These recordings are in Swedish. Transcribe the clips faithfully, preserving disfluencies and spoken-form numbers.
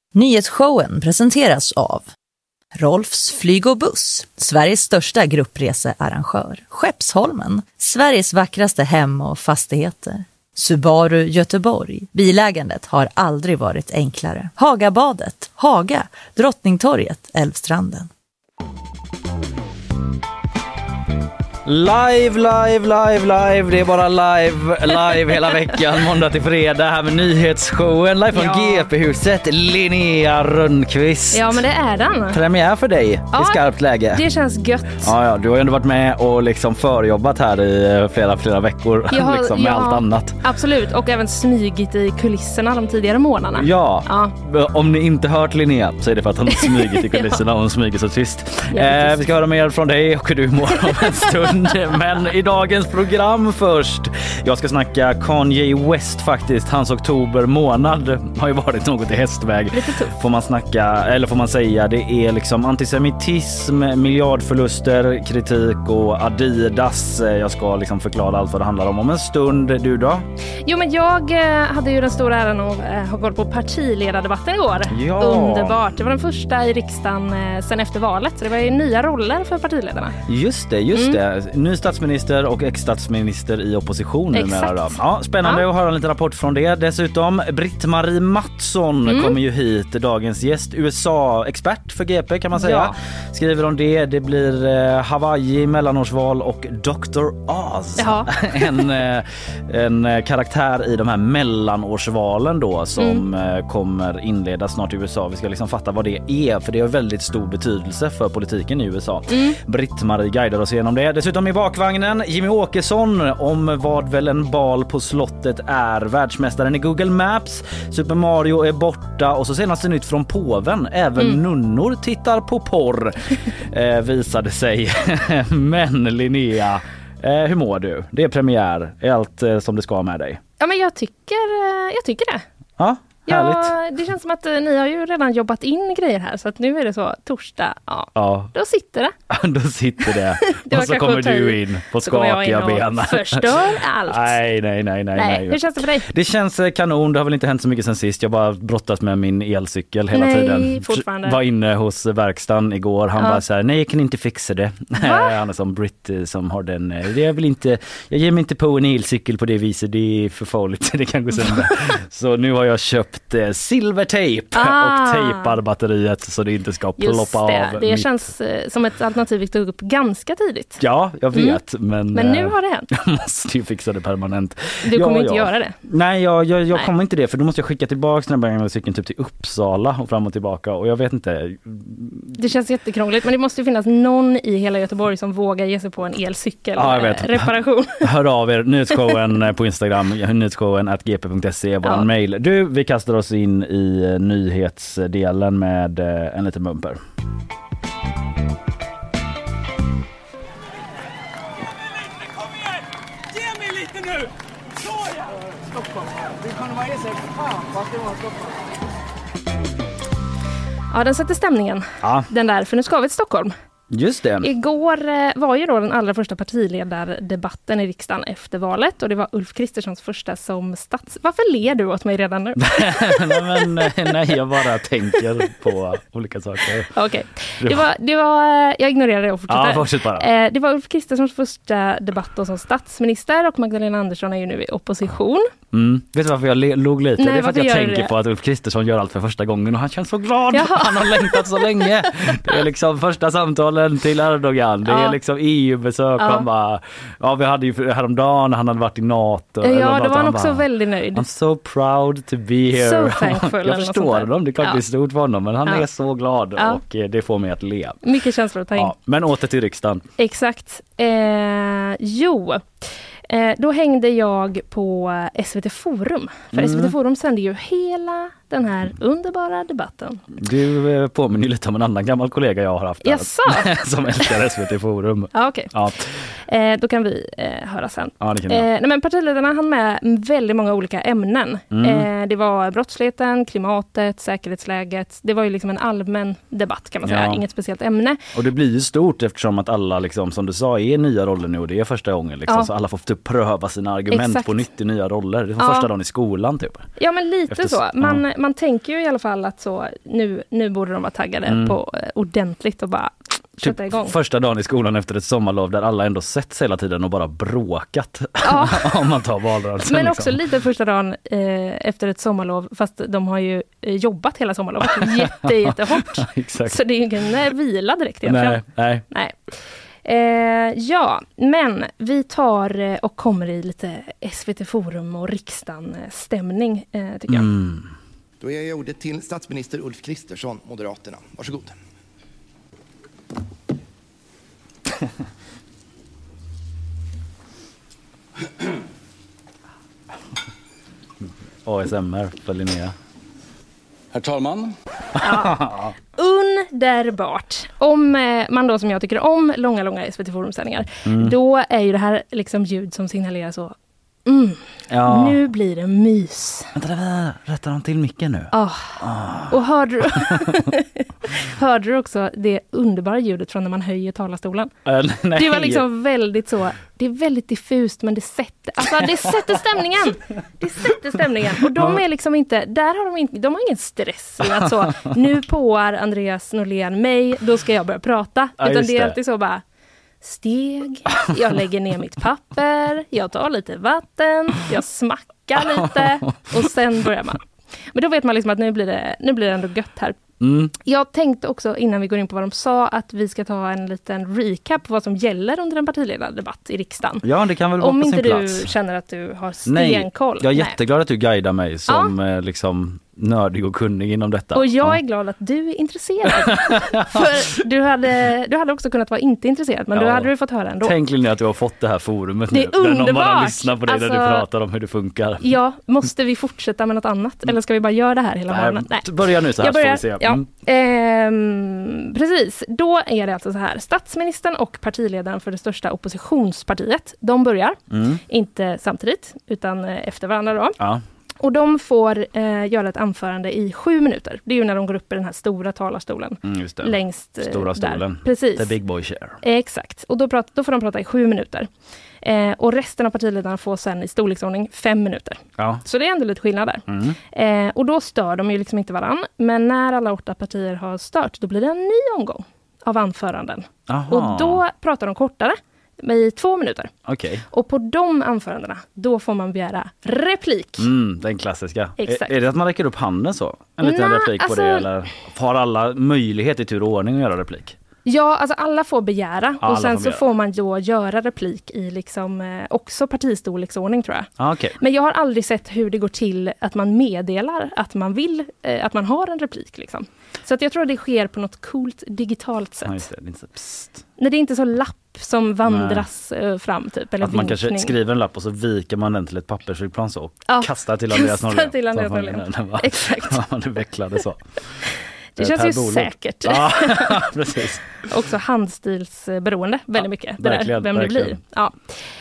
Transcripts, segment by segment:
Nyhetsshowen presenteras av Rolfs flyg och buss, Sveriges största gruppresearrangör. Skeppsholmen, Sveriges vackraste hem och fastigheter. Subaru Göteborg, bilägandet har aldrig varit enklare. Hagabadet, Haga, Drottningtorget, Älvstranden. Live, live, live, live. Det är bara live, live hela veckan. Måndag till fredag här med nyhetsshowen. Live från ja. G P-huset. Linnea Rönnqvist. Ja, men det är den. Premiär för dig ja, i skarpt läge. Det känns gött. Ja, ja, du har ju ändå varit med och liksom förjobbat här i flera, flera veckor. Har, liksom med allt annat. Absolut, och även smygit i kulisserna de tidigare månaderna. Ja, ja. Om ni inte hört Linnea så är det för att hon har smygit i kulisserna och hon smyger så tyst. Eh, vi ska höra mer från dig och hur du mår om en stund. Men i dagens program först. Jag ska snacka Kanye West faktiskt. Hans oktober månad har ju varit något i hästväg. Får man snacka, eller får man säga. Det är liksom antisemitism, miljardförluster, kritik och Adidas. Jag ska liksom förklara allt vad det handlar om om en stund. Du då? Jo, men jag hade ju den stora äran att ha gått på partiledardebatten igår. Ja. Underbart. Det var den första i riksdagen sen efter valet. Så det var ju nya roller för partiledarna. Just det, just mm. det. Ny statsminister och ex-statsminister i opposition numera då. Ja, spännande ja. Att höra en liten rapport från det. Dessutom Britt-Marie Mattsson mm. kommer ju hit, dagens gäst. U S A-expert för G P kan man säga. Ja. Skriver om det. Det blir eh, Hawaii, mellanårsval och doktor Oz. en, eh, en karaktär i de här mellanårsvalen då som mm. eh, kommer inledas snart i U S A. Vi ska liksom fatta vad det är, för det har väldigt stor betydelse för politiken i U S A. Mm. Britt-Marie guidar oss igenom det. Dessutom i bakvagnen Jimmy Åkesson om vad väl en bal på slottet är. Världsmästaren i Google Maps. Super Mario är borta och så senaste nytt från påven. Även mm. nunnor tittar på porr eh, visade sig. Men Linnea, eh, hur mår du? Det är premiär. Är allt eh, som det ska med dig? Ja, men jag tycker, jag tycker det. Ja. Ja, det känns som att ni har ju redan jobbat in grejer här, så att nu är det så torsdag, ja, ja. Då sitter det. Då sitter det. det och så kommer du in på skakiga ben. Förstör allt. Nej, nej, nej, nej, nej. Hur känns det för dig? Det känns kanon, det har väl inte hänt så mycket sen sist. Jag bara brottats med min elcykel hela nej, tiden. Fortfarande. Var inne hos verkstaden igår, han ja. bara så här, nej jag kan inte fixa det. Han är som Britt som har den, det är väl inte, jag ger mig inte på en elcykel på det viset, det är för farligt, det kan gå sönder. Så nu har jag köpt silvertejp ah. och tejpar batteriet så det inte ska ploppa Just det. av. Det mitt... känns eh, som ett alternativ vi tog upp ganska tidigt. Ja, jag vet. Mm. Men, men nu har det hänt. Jag måste ju fixa det permanent. Du kommer ja, inte ja. göra det? Nej, jag, jag, jag kommer inte det, för då måste jag skicka tillbaka den här cykeln typ till Uppsala och fram och tillbaka och jag vet inte. Det känns jättekrångligt, men det måste ju finnas någon i hela Göteborg som vågar ge sig på en elcykel ja, jag vet. reparation. Hör av er, nyhetsshowen på Instagram, nyhetsshowen at g p punkt se är vår ja. mail. Du, vi kastar oss in i nyhetsdelen med en liten bumper. Kom igen! Ge mig lite nu! Så ja! Stockholm. Vi kan vara så fan, vad ska vara Stockholm? Ja, den sätter stämningen. Ja. Den där, för nu ska vi till Stockholm. Just det. Igår var ju då den allra första partiledardebatten i riksdagen efter valet och det var Ulf Kristerssons första som stats... Varför ler du åt mig redan nu? nej, men, nej, jag bara tänker på olika saker. Okej. Okay. Det var, det var, jag ignorerar det och fortsätter. Ja, fortsätt bara. Det var Ulf Kristerssons första debatt då som statsminister och Magdalena Andersson är ju nu i opposition. Mm. Vet du varför jag låg lite? Nej, det är för att jag tänker det? på att Ulf Kristersson gör allt för första gången och han känns så glad. Jaha. Han har längtat så länge. Det är liksom första samtalen till Erdogan. Det ja. är liksom E U-besök. Ja. Han bara, ja, vi hade ju häromdagen, han hade varit i NATO. Ja, då var han också bara, väldigt nöjd. I'm so proud to be here. So thankful. Jag förstår dem, det är klart ja. det är stort för honom, men han ja. är så glad ja. och det får mig att le. Mycket känslor att ta in. Ja, men åter till riksdagen. Exakt. Eh, jo... Eh, då hängde jag på S V T Forum. För mm. S V T Forum sänder ju hela den här underbara debatten. Du eh, påminner lite om en annan gammal kollega jag har haft här, som älskar S V T Forum. Ja, okej. Okay. Ja. Eh, då kan vi eh, höra sen. Ja, det kan eh, nej, men partiledarna hann med väldigt många olika ämnen. Mm. Eh, det var brottsligheten, klimatet, säkerhetsläget. Det var ju liksom en allmän debatt kan man säga. Ja. Inget speciellt ämne. Och det blir ju stort eftersom att alla, liksom, som du sa, är nya roller nu och det är första gången. Liksom, ja. Så alla får typ pröva sina argument Exakt. på nytt i nya roller. Det är ja. första dagen i skolan typ. Ja, men lite Efter, så. Man, ja. man tänker ju i alla fall att så, nu, nu borde de vara taggade mm. på eh, ordentligt och bara sätta igång. Typ första dagen i skolan efter ett sommarlov där alla ändå setts hela tiden och bara bråkat. Ja. Om man tar valrörelsen. Men liksom. också lite första dagen eh, efter ett sommarlov, fast de har ju eh, jobbat hela sommarlovet jätte, jättehårt. Exakt. Så det är ju ingen eh, vila direkt egentligen. Nej, nej. nej. Eh, ja, men vi tar eh, och kommer i lite S V T Forum och riksdagen-stämning, eh, tycker jag. Mm. Då ger jag ordet till statsminister Ulf Kristersson, Moderaterna. Varsågod. A S M R för Linnea. Herr talman. Ja, underbart. Om eh, man då som jag tycker om långa, långa S V T Forum-sändningar, mm. då är ju det här liksom ljud som signalerar så mm, ja. Nu blir det mys. Vänta, vänta, rättar de till micken nu? Oh. Oh. Och hörde du, hörde du också det underbara ljudet från när man höjer talarstolen? Äh, nej. Det var liksom väldigt så, det är väldigt diffust men det sätter, alltså det sätter stämningen. Det sätter stämningen. Och de är liksom inte, där har de inte, de har ingen stress i att så, nu påar Andreas Norlén mig, då ska jag börja prata. Ja, utan det är det. alltid så bara, steg, jag lägger ner mitt papper, jag tar lite vatten, jag smackar lite och sen börjar man. Men då vet man liksom att nu blir det, nu blir det ändå gött här. Mm. Jag tänkte också innan vi går in på vad de sa att vi ska ta en liten recap på vad som gäller under en partiledardebatt i riksdagen. Ja, det kan väl vara Om på sin inte plats. du känner att du har stenkoll. Nej, jag är Nej. jätteglad att du guidar mig som ja. liksom nördig och kunnig inom detta. Och jag ja. är glad att du är intresserad. För du hade, du hade också kunnat vara inte intresserad, men ja. du hade du fått höra ändå. Tänk Linnea att du har fått det här forumet det nu. Det är underbart. Där någon bara lyssnar på dig alltså, där du pratar om hur det funkar. Ja, måste vi fortsätta med något annat? Eller ska vi bara göra det här hela morgonen? Nej, börja nu så här så får vi se. Ja. Mm. Ehm, precis, då är det alltså så här. Statsministern och partiledaren för det största oppositionspartiet, de börjar. Mm. Inte samtidigt, utan efter varandra då. Ja. Och de får eh, göra ett anförande i sju minuter. Det är ju när de går upp i den här stora talarstolen. Mm, just det. Längst eh, stora stolen. där. Precis. The big boy chair. Eh, exakt. Och då, prat, då får de prata i sju minuter. Eh, och resten av partiledarna får sen i storleksordning fem minuter. Ja. Så det är ändå lite skillnad där. Mm. Eh, och då stör de ju liksom inte varann. Men när alla åtta partier har stört, då blir det en ny omgång av anföranden. Aha. Och då pratar de kortare. I två minuter. Okay. Och på de anförandena, då får man begära replik. Mm, den klassiska. Exakt. Är, är det att man räcker upp handen så? En liten Nå, replik på alltså, det? Eller har alla möjlighet i tur och ordning att göra replik? Ja, alltså alla får begära. Alla och sen får så begära. får man då göra replik i liksom, eh, också partistorleksordning tror jag. Ah, okay. Men jag har aldrig sett hur det går till att man meddelar att man vill, eh, att man har en replik. Liksom. Så att jag tror att det sker på något coolt digitalt sätt. Ja, just det. Det är inte så, psst. När det är inte så lapp som vandras eh, fram typ. Eller att man vinkning. kanske skriver en lapp och så viker man den till ett pappersflygplan så och ja. kastar till Andreas Norlén. till Andreas Norlén. Exakt. Man är vecklade så. Det känns ju säkert. Ja, precis. Också handstilsberoende väldigt ja, mycket. Det verkligen, där, vem verkligen. det blir. Ja.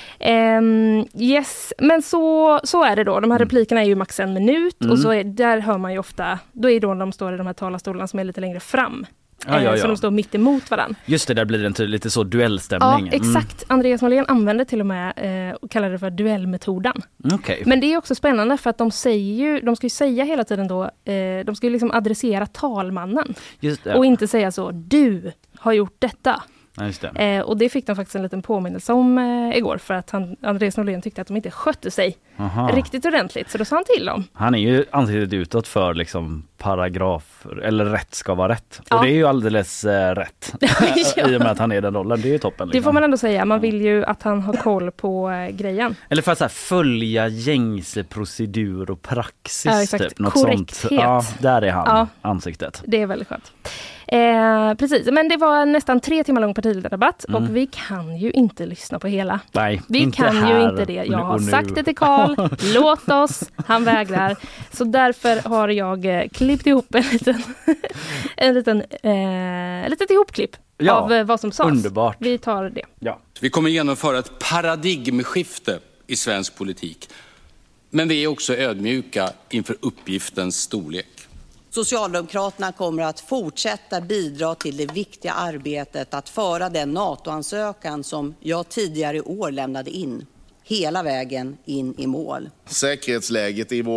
Um, yes, men så, så är det då. De här replikerna är ju max en minut mm. och så är, där hör man ju ofta, då är då de står i de här talarstolarna som är lite längre fram. Ja, ja, ja. Så de står mitt emot varandra. Just det, där blir det en tydlig, lite så duellstämning. Ja, exakt. Mm. Andreas Norlén använder till och med eh, och kallar det för duellmetoden. Okay. Men det är också spännande för att de säger ju, de ska ju säga hela tiden då, eh, de ska ju liksom adressera talmannen. Just det. Och inte säga så, du har gjort detta. Ja, just det. Eh, och det fick de faktiskt en liten påminnelse om eh, igår för att han, Andreas Norlén tyckte att de inte skötte sig Aha. riktigt ordentligt. Så då sa han till dem. Han är ju ansiktet utåt för liksom paragrafer, eller rätt ska vara rätt. Ja. Och det är ju alldeles eh, rätt. ja. I och med att han är den rollen, det är ju toppen. Liksom. Det får man ändå säga, man vill ju att han har koll på eh, grejen. Eller för att så här, följa gängse procedur och praxis. Ja, exakt. Typ, något korrekthet. Sånt. Ja, där är han, ja. ansiktet. Det är väldigt skönt. Eh, precis, men det var nästan tre timmar lång partiledardebatt mm. och vi kan ju inte lyssna på hela. Nej, vi inte kan här. ju inte det. Jag har nu, nu. sagt det till Karl, låt oss, han vägrar. Så därför har jag eh, klippt ihop en liten, en liten, eh, litet ihopklipp ja, av eh, vad som sades. Underbart. Vi tar det. Ja. Vi kommer genomföra ett paradigmskifte i svensk politik. Men vi är också ödmjuka inför uppgiftens storlek. Socialdemokraterna kommer att fortsätta bidra till det viktiga arbetet att föra den NATO-ansökan som jag tidigare i år lämnade in, hela vägen in i mål. Säkerhetsläget i vår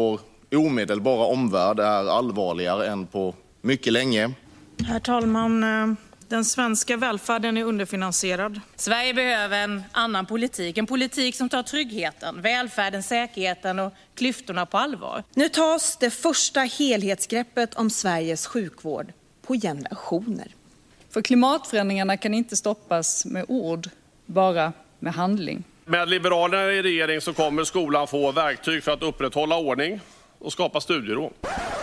omedelbara omvärld är allvarligare än på mycket länge. Herr talman, den svenska välfärden är underfinansierad. Sverige behöver en annan politik. En politik som tar tryggheten, välfärden, säkerheten och klyftorna på allvar. Nu tas det första helhetsgreppet om Sveriges sjukvård på generationer. För klimatförändringarna kan inte stoppas med ord, bara med handling. Med Liberalerna i regering så kommer skolan få verktyg för att upprätthålla ordning och skapa studiero.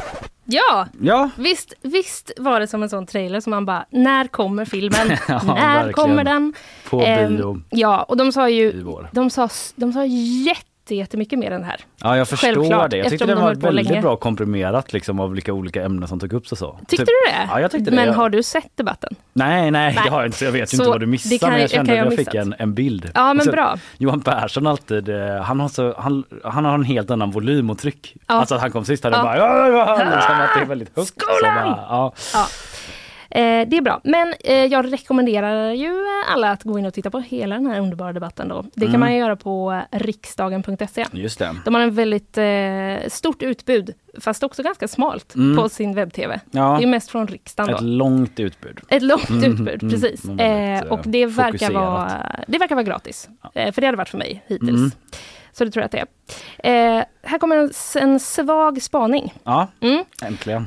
Ja, ja. Visst, visst var det som en sån trailer som man bara, när kommer filmen? Ja, när verkligen. kommer den? På eh, bio. Ja, och de sa ju, de sa, de sa jätte jättemycket mer än det här. Ja, jag förstår Självklart, det. Jag tyckte de det var på väldigt länge. bra komprimerat liksom, av vilka olika ämnen som tog upp och så. Tyckte typ, du det? Ja, jag tyckte det. Men jag... har du sett debatten? Nej, nej, nej. det har jag inte. Jag vet ju så inte vad du missade, kan, men jag kände jag att jag missat. fick en, en bild. Ja, men så, bra. Johan Persson alltid, han har, så, han, han har en helt annan volym och tryck. Ja. Alltså att han kom sist hade ja. bara, ja, ja, liksom att det är väldigt högt. Skolan! Bara, ja. Ja. Eh, det är bra, men eh, jag rekommenderar ju alla att gå in och titta på hela den här underbara debatten då. Det mm. kan man göra på riksdagen punkt se. Just det. De har en väldigt eh, stort utbud, fast också ganska smalt mm. på sin webb-tv. Ja. Det är mest från riksdagen då. Ett långt utbud. Ett långt mm. utbud, mm. precis. Mm. Eh, och det verkar, vara, det verkar vara gratis, ja. eh, för det hade varit för mig hittills. Mm. Så det tror jag att det är. Eh, här kommer en, en svag spaning. Ja, mm. äntligen.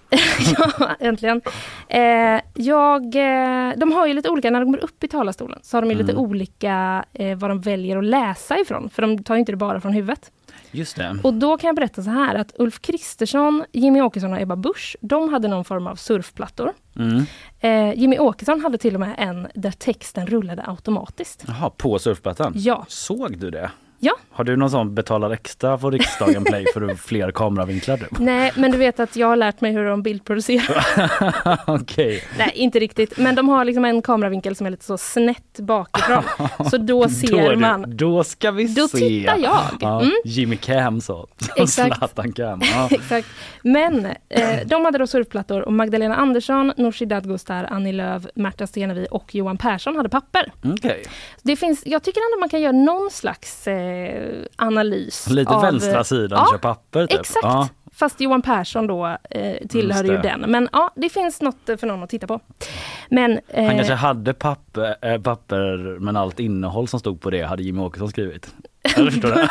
ja, äntligen. Eh, jag, eh, de har ju lite olika, när de går upp i talarstolen så har de ju mm. lite olika eh, vad de väljer att läsa ifrån. För de tar ju inte det bara från huvudet. Just det. Och då kan jag berätta så här att Ulf Kristersson, Jimmy Åkesson och Ebba Busch, de hade någon form av surfplattor. Mm. Eh, Jimmy Åkesson hade till och med en där texten rullade automatiskt. Jaha, på surfplattan? Ja. Såg du det? Ja. Har du någon sån betalar extra på Riksdagen Play för fler kameravinklar? Nej, men du vet att jag har lärt mig hur de bildproducerar. Okej. Okay. Nej, inte riktigt. Men de har liksom en kameravinkel som är lite så snett bakifrån. Så då ser då man. Det, då ska vi då se. Då tittar jag. Ja, mm. Jimmy Cam så. Exakt. Zlatan Cam. Ja. Exakt. Men eh, de hade då surfplattor och Magdalena Andersson, Nooshi Dadgostar, Annie Lööf, Märta Stenevi och Johan Persson hade papper. Okay. Det finns, jag tycker ändå man kan göra någon slags eh, analys. Lite av, vänstra sidan ja, kör papper typ. Exakt. Ja. Fast Johan Persson då eh, tillhör ju den. Men ja, det finns något för någon att titta på. Men, eh, han kanske hade papper, äh, papper men allt innehåll som stod på det hade Jimmy Åkesson skrivit. Eller förstår du?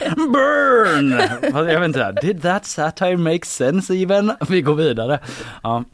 Burn! Jag vet inte, did that satire make sense even? Vi går vidare. Ja,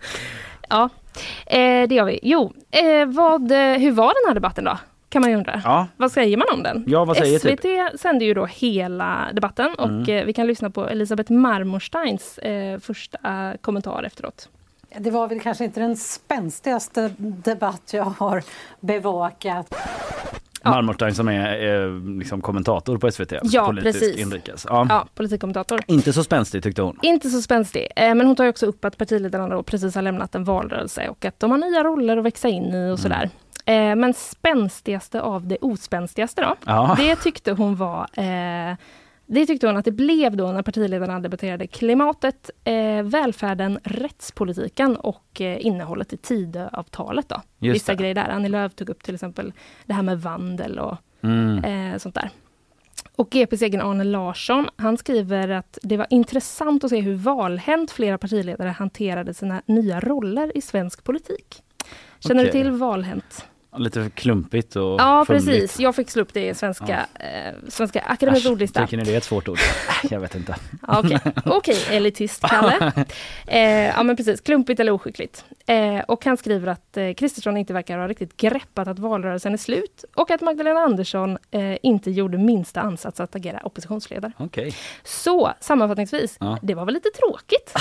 ja eh, det gör vi. Jo, eh, vad, hur var den här debatten då? Kan man ju undra. Ja. Vad säger man om den? Ja, vad säger S V T typ? sänder ju då hela debatten och mm. eh, vi kan lyssna på Elisabeth Marmorsteins eh, första kommentar efteråt. Det var väl kanske inte den spänstigaste debatt jag har bevakat. Ja. Marmorstein som är eh, liksom kommentator på S V T. Ja, politisk precis. Inrikes. Ja. ja, politikkommentator. Inte så spänstig tyckte hon. Inte så spänstig. Eh, men hon tar ju också upp att partiledarna då precis har lämnat en valrörelse och att de har nya roller att växa in i och sådär. Mm. Eh, men spänstigaste av det ospänstigaste då. Ja. Det tyckte hon var... Eh, Det tyckte hon att det blev då när partiledarna debatterade klimatet, eh, välfärden, rättspolitiken och eh, innehållet i Tidöavtalet då. Just Vissa det. grejer där. Annie Lööf tog upp till exempel det här med vandel och mm. eh, sånt där. Och G P:s egen Arne Larsson, han skriver att det var intressant att se hur valhänt flera partiledare hanterade sina nya roller i svensk politik. Känner okay. du till valhänt? Lite klumpigt och ja, fumligt. Precis. Jag fick slå upp det i svenska, ja. eh, svenska akademins ordlista. Tycker ni det är ett svårt ord? Jag vet inte. Okej, okay. okay, elitist Kalle. Eh, ja, men precis. Klumpigt eller oskickligt. Eh, och han skriver att eh, Kristersson inte verkar ha riktigt greppat att valrörelsen är slut och att Magdalena Andersson eh, inte gjorde minsta ansats att agera oppositionsledare. Okay. Så, sammanfattningsvis, ja. det var väl lite tråkigt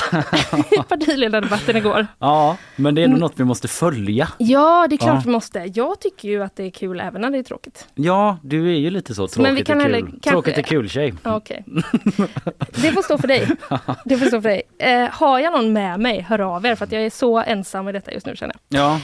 i partiledardebatten igår. Ja, men det är nog något vi måste följa. Ja, det är klart ja. vi måste. Jag tycker ju att det är kul även när det är tråkigt. Ja, du är ju lite så tråkigt men vi kan och kul. Heller, kanske... Tråkigt är kul tjej. Okej. Okay. Det får stå för dig. Det får stå för dig. Eh, har jag någon med mig, hör av er för att jag är så ensam i detta just nu känner jag. Ja.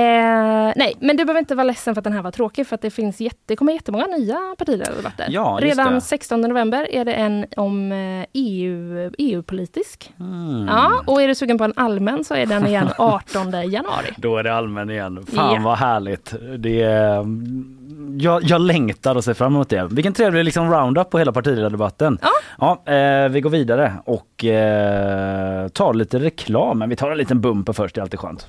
Eh, nej, men du behöver inte vara ledsen för att den här var tråkig för att det finns jätte, det kommer jättemånga nya partiledardebatter. Ja, redan det. sextonde november är det en om E U, E U-politisk. Mm. Ja, och är du sugen på en allmän så är den igen artonde januari. Då är det allmän igen. Fan ja. vad härligt. roligt. Det är, jag, jag längtar och ser fram emot det. Vilken trevlig liksom roundup på hela partiledardebatten. Ja. Ja, eh, vi går vidare och eh, tar lite reklam. Men vi tar en liten bumper först, det är alltid skönt.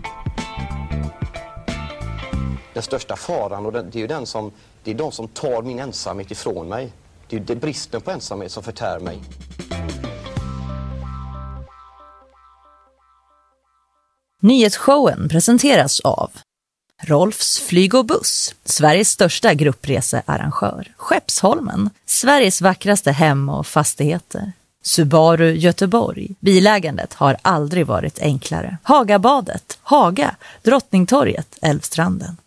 Den största faran, och det är ju den som, det är de som tar min ensamhet ifrån mig. Det är ju det bristen på ensamhet som förtär mig. Nyhetsshowen presenteras av Rolfs flyg och buss, Sveriges största gruppresearrangör. Skeppsholmen, Sveriges vackraste hem och fastigheter. Subaru Göteborg, bilägandet har aldrig varit enklare. Hagabadet, Haga, Drottningtorget, Älvstranden.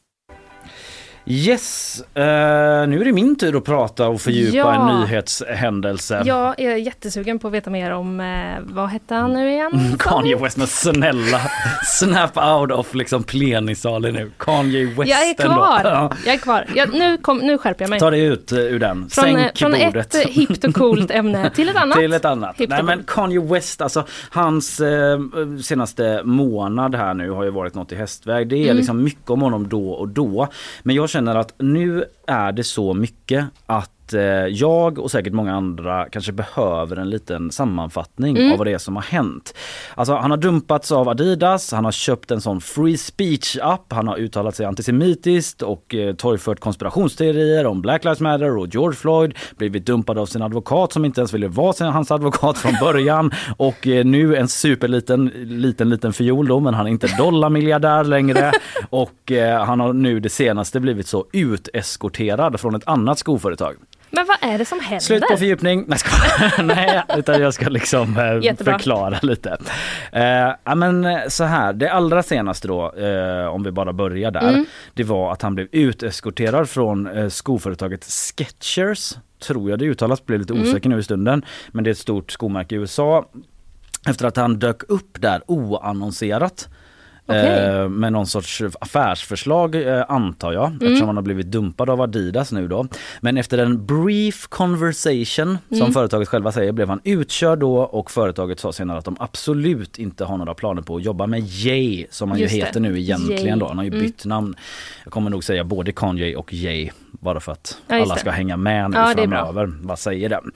Yes, uh, nu är det min tur att prata och fördjupa ja. en nyhetshändelse. Jag är jättesugen på att veta mer om, uh, vad hette han nu igen? Kanye West, men snälla, snap out of liksom plenisalen nu. Kanye West. Jag är kvar, ja. jag är kvar. Jag, nu, kom, nu skärper jag mig. Ta dig ut uh, ur den, från, sänk från bordet. Från ett hippt och coolt ämne till ett annat. till ett annat. Nej, men Kanye West, alltså hans eh, senaste månad här nu har ju varit något i hästväg. Det är mm. liksom mycket om honom då och då. Men jag känner att nu är det så mycket att jag och säkert många andra kanske behöver en liten sammanfattning mm. av vad det är som har hänt. Alltså han har dumpats av Adidas, han har köpt en sån free speech-app, han har uttalat sig antisemitiskt och eh, torgfört konspirationsteorier om Black Lives Matter och George Floyd, blivit dumpad av sin advokat som inte ens ville vara sin, hans advokat från början och eh, nu en superliten liten liten fiol då, men han är inte dollarmiljardär längre och eh, han har nu det senaste blivit så uteskorterad från ett annat skoföretag. Men vad är det som händer? Slut på fördjupning. Nej, ska... Nej utan jag ska liksom eh, förklara lite. Eh, men så här, det allra senaste då, eh, om vi bara börjar där, mm. det var att han blev uteskorterad från eh, skoföretaget Skechers. Tror jag det uttalas, blev lite osäker mm. nu i stunden. Men det är ett stort skomärke i U S A. Efter att han dök upp där oannonserat. Okay. Med någon sorts affärsförslag antar jag, mm. eftersom han har blivit dumpad av Adidas nu då. Men efter en brief conversation, som mm. företaget själva säger, blev han utkörd då och företaget sa senare att de absolut inte har några planer på att jobba med Ye, som han Just ju heter det. nu egentligen Ye. då. Han har ju mm. bytt namn. Jag kommer nog säga både Kanye och Ye, bara för att ja, alla ska hänga med nu ja, framöver. Vad säger det?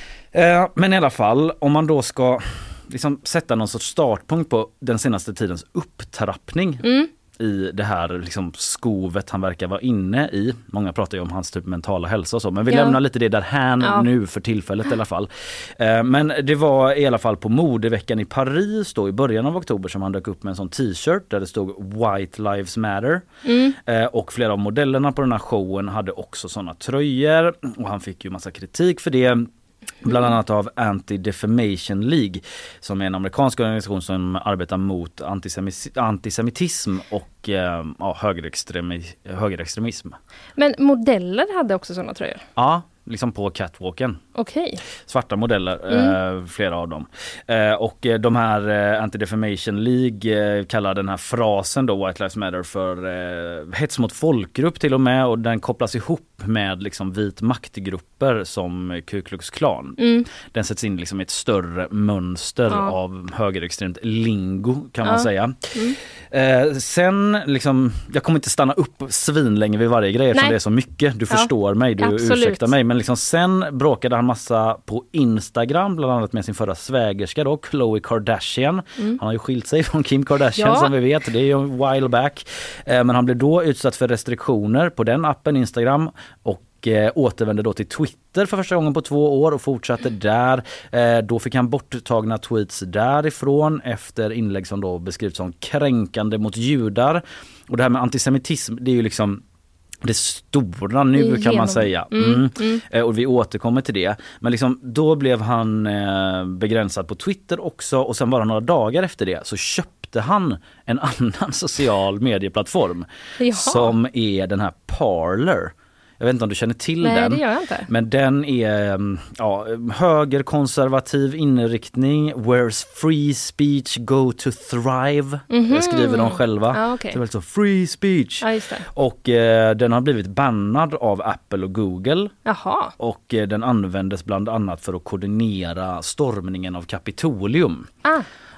Men i alla fall, om man då ska liksom sätta någon sorts startpunkt på den senaste tidens upptrappning mm. i det här liksom skovet han verkar vara inne i. Många pratar ju om hans typ mentala hälsa och så, men vi ja. lämnar lite det där här ja. nu för tillfället i alla fall. Eh, men det var i alla fall på modeveckan i Paris då i början av oktober som han dök upp med en sån t-shirt där det stod White Lives Matter. Mm. Eh, och flera av modellerna på den här showen hade också såna tröjor och han fick ju massa kritik för det. Bland annat av Anti-Defamation League, som är en amerikansk organisation som arbetar mot antisemi- antisemitism och eh, ja, högerextremi- högerextremism. Men modeller hade också sådana tröjor? Ja, liksom på catwalken. Okej. Svarta modeller, mm. eh, flera av dem. Eh, och eh, de här eh, Anti-Defamation League eh, kallar den här frasen då, White Lives Matter, för eh, hets mot folkgrupp till och med, och den kopplas ihop med liksom vit maktgrupper som Ku Klux Klan. Mm. Den sätts in liksom i ett större mönster ja. av högerextremt lingo kan ja. man säga. Mm. Eh, sen liksom, jag kommer inte stanna upp svinlänge vid varje grej eftersom det är så mycket. Du ja. förstår mig, du Absolut. ursäktar mig. Men liksom sen bråkade han massa på Instagram, bland annat med sin förra svägerska då, Khloe Kardashian. Mm. Han har ju skilt sig från Kim Kardashian ja. som vi vet, det är ju en while back. Eh, men han blev då utsatt för restriktioner på den appen Instagram och eh, återvände då till Twitter för första gången på två år och fortsatte där. Eh, då fick han borttagna tweets därifrån efter inlägg som då beskrivs som kränkande mot judar. Och det här med antisemitism, det är ju liksom det stora nu Genom. kan man säga. Mm, mm. Mm. Eh, och vi återkommer till det. Men liksom, då blev han eh, begränsad på Twitter också, och sen bara några dagar efter det så köpte han en annan social medieplattform Jaha. som är den här Parler. Jag vet inte om du känner till Nej, den. Det gör jag inte. Men den är ja, högerkonservativ inriktning. Where's free speech go to thrive? Mm-hmm. Jag skriver de själva. Ah, okay. Det är väl så free speech. Ah, just det. Och eh, den har blivit bannad av Apple och Google. Jaha. Och eh, den användes bland annat för att koordinera stormningen av Kapitolium. Ah.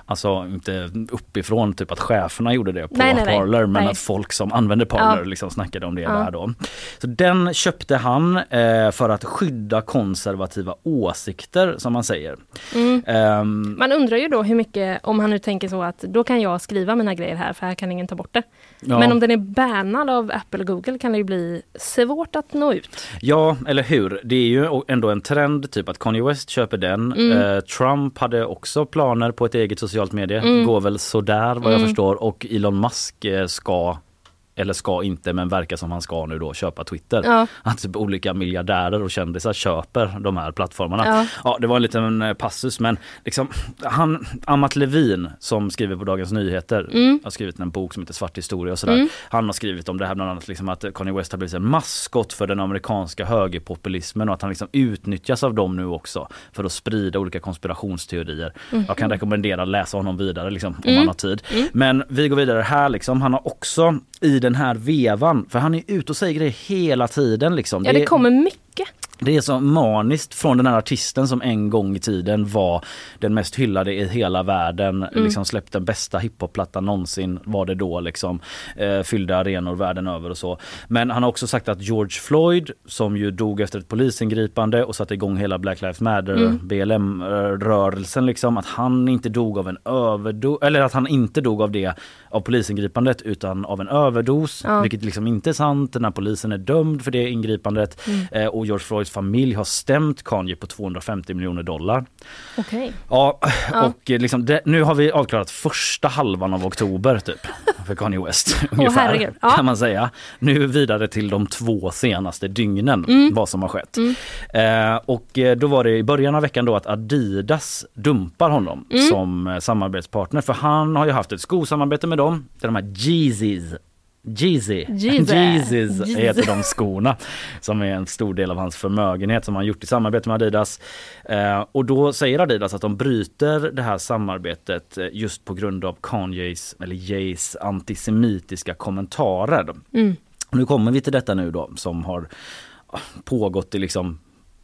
Alltså inte uppifrån typ att cheferna gjorde det på nej, nej, Parler, men nej. att folk som använde Parler Ja. liksom snackade om det Ja. där då. Så den köpte han eh, för att skydda konservativa åsikter, som man säger. Mm. Um, Man undrar ju då hur mycket, om han nu tänker så att då kan jag skriva mina grejer här för här kan ingen ta bort det. Ja. Men om den är bannad av Apple och Google kan det ju bli svårt att nå ut. Ja, eller hur? Det är ju ändå en trend typ att Kanye West köper den. Mm. Eh, Trump hade också planer på ett eget socialt medie. Mm. Går väl sådär vad jag Mm. förstår. Och Elon Musk eh, ska, eller ska inte, men verkar som han ska nu då köpa Twitter. Ja. Att typ olika miljardärer och kändisar köper de här plattformarna. Ja. Ja, det var en liten eh, passus, men liksom han, Amat Levin som skriver på Dagens Nyheter Mm. har skrivit en bok som heter Svart historia och sådär. Mm. Han har skrivit om det här bland annat liksom att Kanye West har blivit en maskot för den amerikanska högerpopulismen och att han liksom utnyttjas av dem nu också för att sprida olika konspirationsteorier. Mhm. Jag kan rekommendera att läsa honom vidare liksom, om Mm. man har tid. Mm. Men vi går vidare här liksom. Han har också i den här vevan, för han är ute och säger grejer hela tiden liksom. Ja, det kommer mycket. Det är så maniskt från den här artisten som en gång i tiden var den mest hyllade i hela världen. Mm. Liksom släppte den bästa hiphop-plattan någonsin var det då liksom. Eh, fyllde arenor världen över och så. Men han har också sagt att George Floyd, som ju dog efter ett polisingripande och satte igång hela Black Lives Matter, Mm. B L M-rörelsen liksom, att han inte dog av en överdos, eller att han inte dog av det av polisingripandet utan av en överdos, Ja. vilket liksom inte är sant när polisen är dömd för det ingripandet. Mm. Eh, och George Floyds familj har stämt Kanye på tvåhundrafemtio miljoner dollar. Okej. Ja, Ja. och eh, liksom det, nu har vi avklarat första halvan av oktober typ för Kanye West ungefär, herregud. Ja. kan man säga. Nu vidare till de två senaste dygnen, Mm. vad som har skett. Mm. Eh, och eh, då var det i början av veckan då att Adidas dumpar honom Mm. som eh, samarbetspartner, för han har ju haft ett skosamarbete med dem, det är de här Yeezys. Jeezy. Jeezy. Jeezys Jeezy. heter de skorna som är en stor del av hans förmögenhet som han gjort i samarbete med Adidas. Eh, och då säger Adidas att de bryter det här samarbetet eh, just på grund av Kanyes eller Ye's antisemitiska kommentarer. Mm. Och nu kommer vi till detta nu då som har pågått i liksom,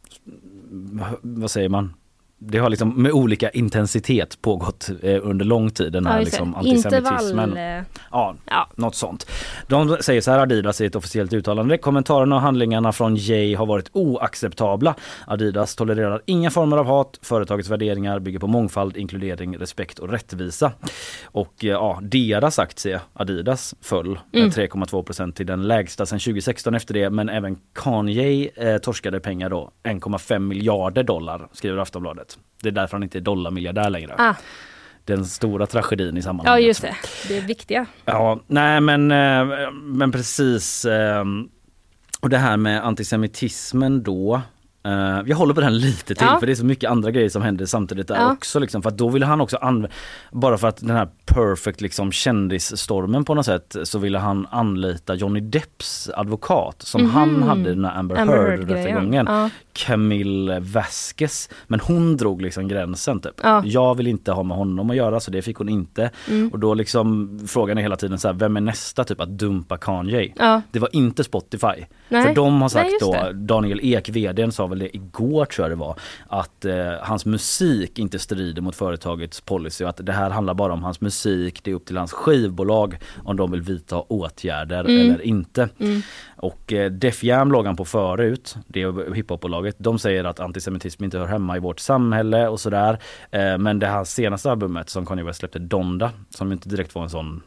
vad säger man? Det har liksom med olika intensitet pågått eh, under lång tid, den här Ja, liksom, just det. antisemitismen. Intervall, eh, Ja, ja. något sånt. De säger så här, Adidas i ett officiellt uttalande: kommentarerna och handlingarna från Ye har varit oacceptabla. Adidas tolererar inga former av hat. Företagets värderingar bygger på mångfald, inkludering, respekt och rättvisa. Och eh, ja, deras aktie, Adidas, föll med Mm. tre komma två procent till den lägsta sedan tjugo sexton efter det. Men även Kanye eh, torskade pengar då, en komma fem miljarder dollar, skriver Aftonbladet. Det är därför han inte är dollarmiljardär längre. Ah. Den stora tragedin i sammanhanget. Ja, just det. Det är viktiga. Ja, nej men, eh, men precis. Eh, och det här med antisemitismen då. Eh, jag håller på den lite till, Ja. för det är så mycket andra grejer som händer samtidigt där Ja. också. Liksom, för att då ville han också anv- bara för att den här perfect liksom, kändisstormen på något sätt, så ville han anlita Johnny Depps advokat som Mhm. han hade den här Amber, Amber Heard Heard-grejen. rättegången. Ja. Camille Vasquez. Men hon drog liksom gränsen typ. Ja. Jag vill inte ha med honom att göra, så det fick hon inte. Mm. Och då liksom frågan är hela tiden så här, vem är nästa typ att dumpa Kanye? Ja. Det var inte Spotify. Nej. För de har sagt Nej, just då, det. Daniel Ek, vdn, sa väl det igår tror jag det var, att eh, hans musik inte strider mot företagets policy och att det här handlar bara om hans musik. Det är upp till hans skivbolag om de vill vidta åtgärder Mm. eller inte. Mm. Och eh, Def Jam låg han på förut, det är hiphopbolaget. De säger att antisemitism inte hör hemma i vårt samhälle och sådär. Eh, men det här senaste albumet som Kanye West släppte, Donda, som inte direkt var en sån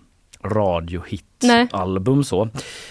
radiohit-album så.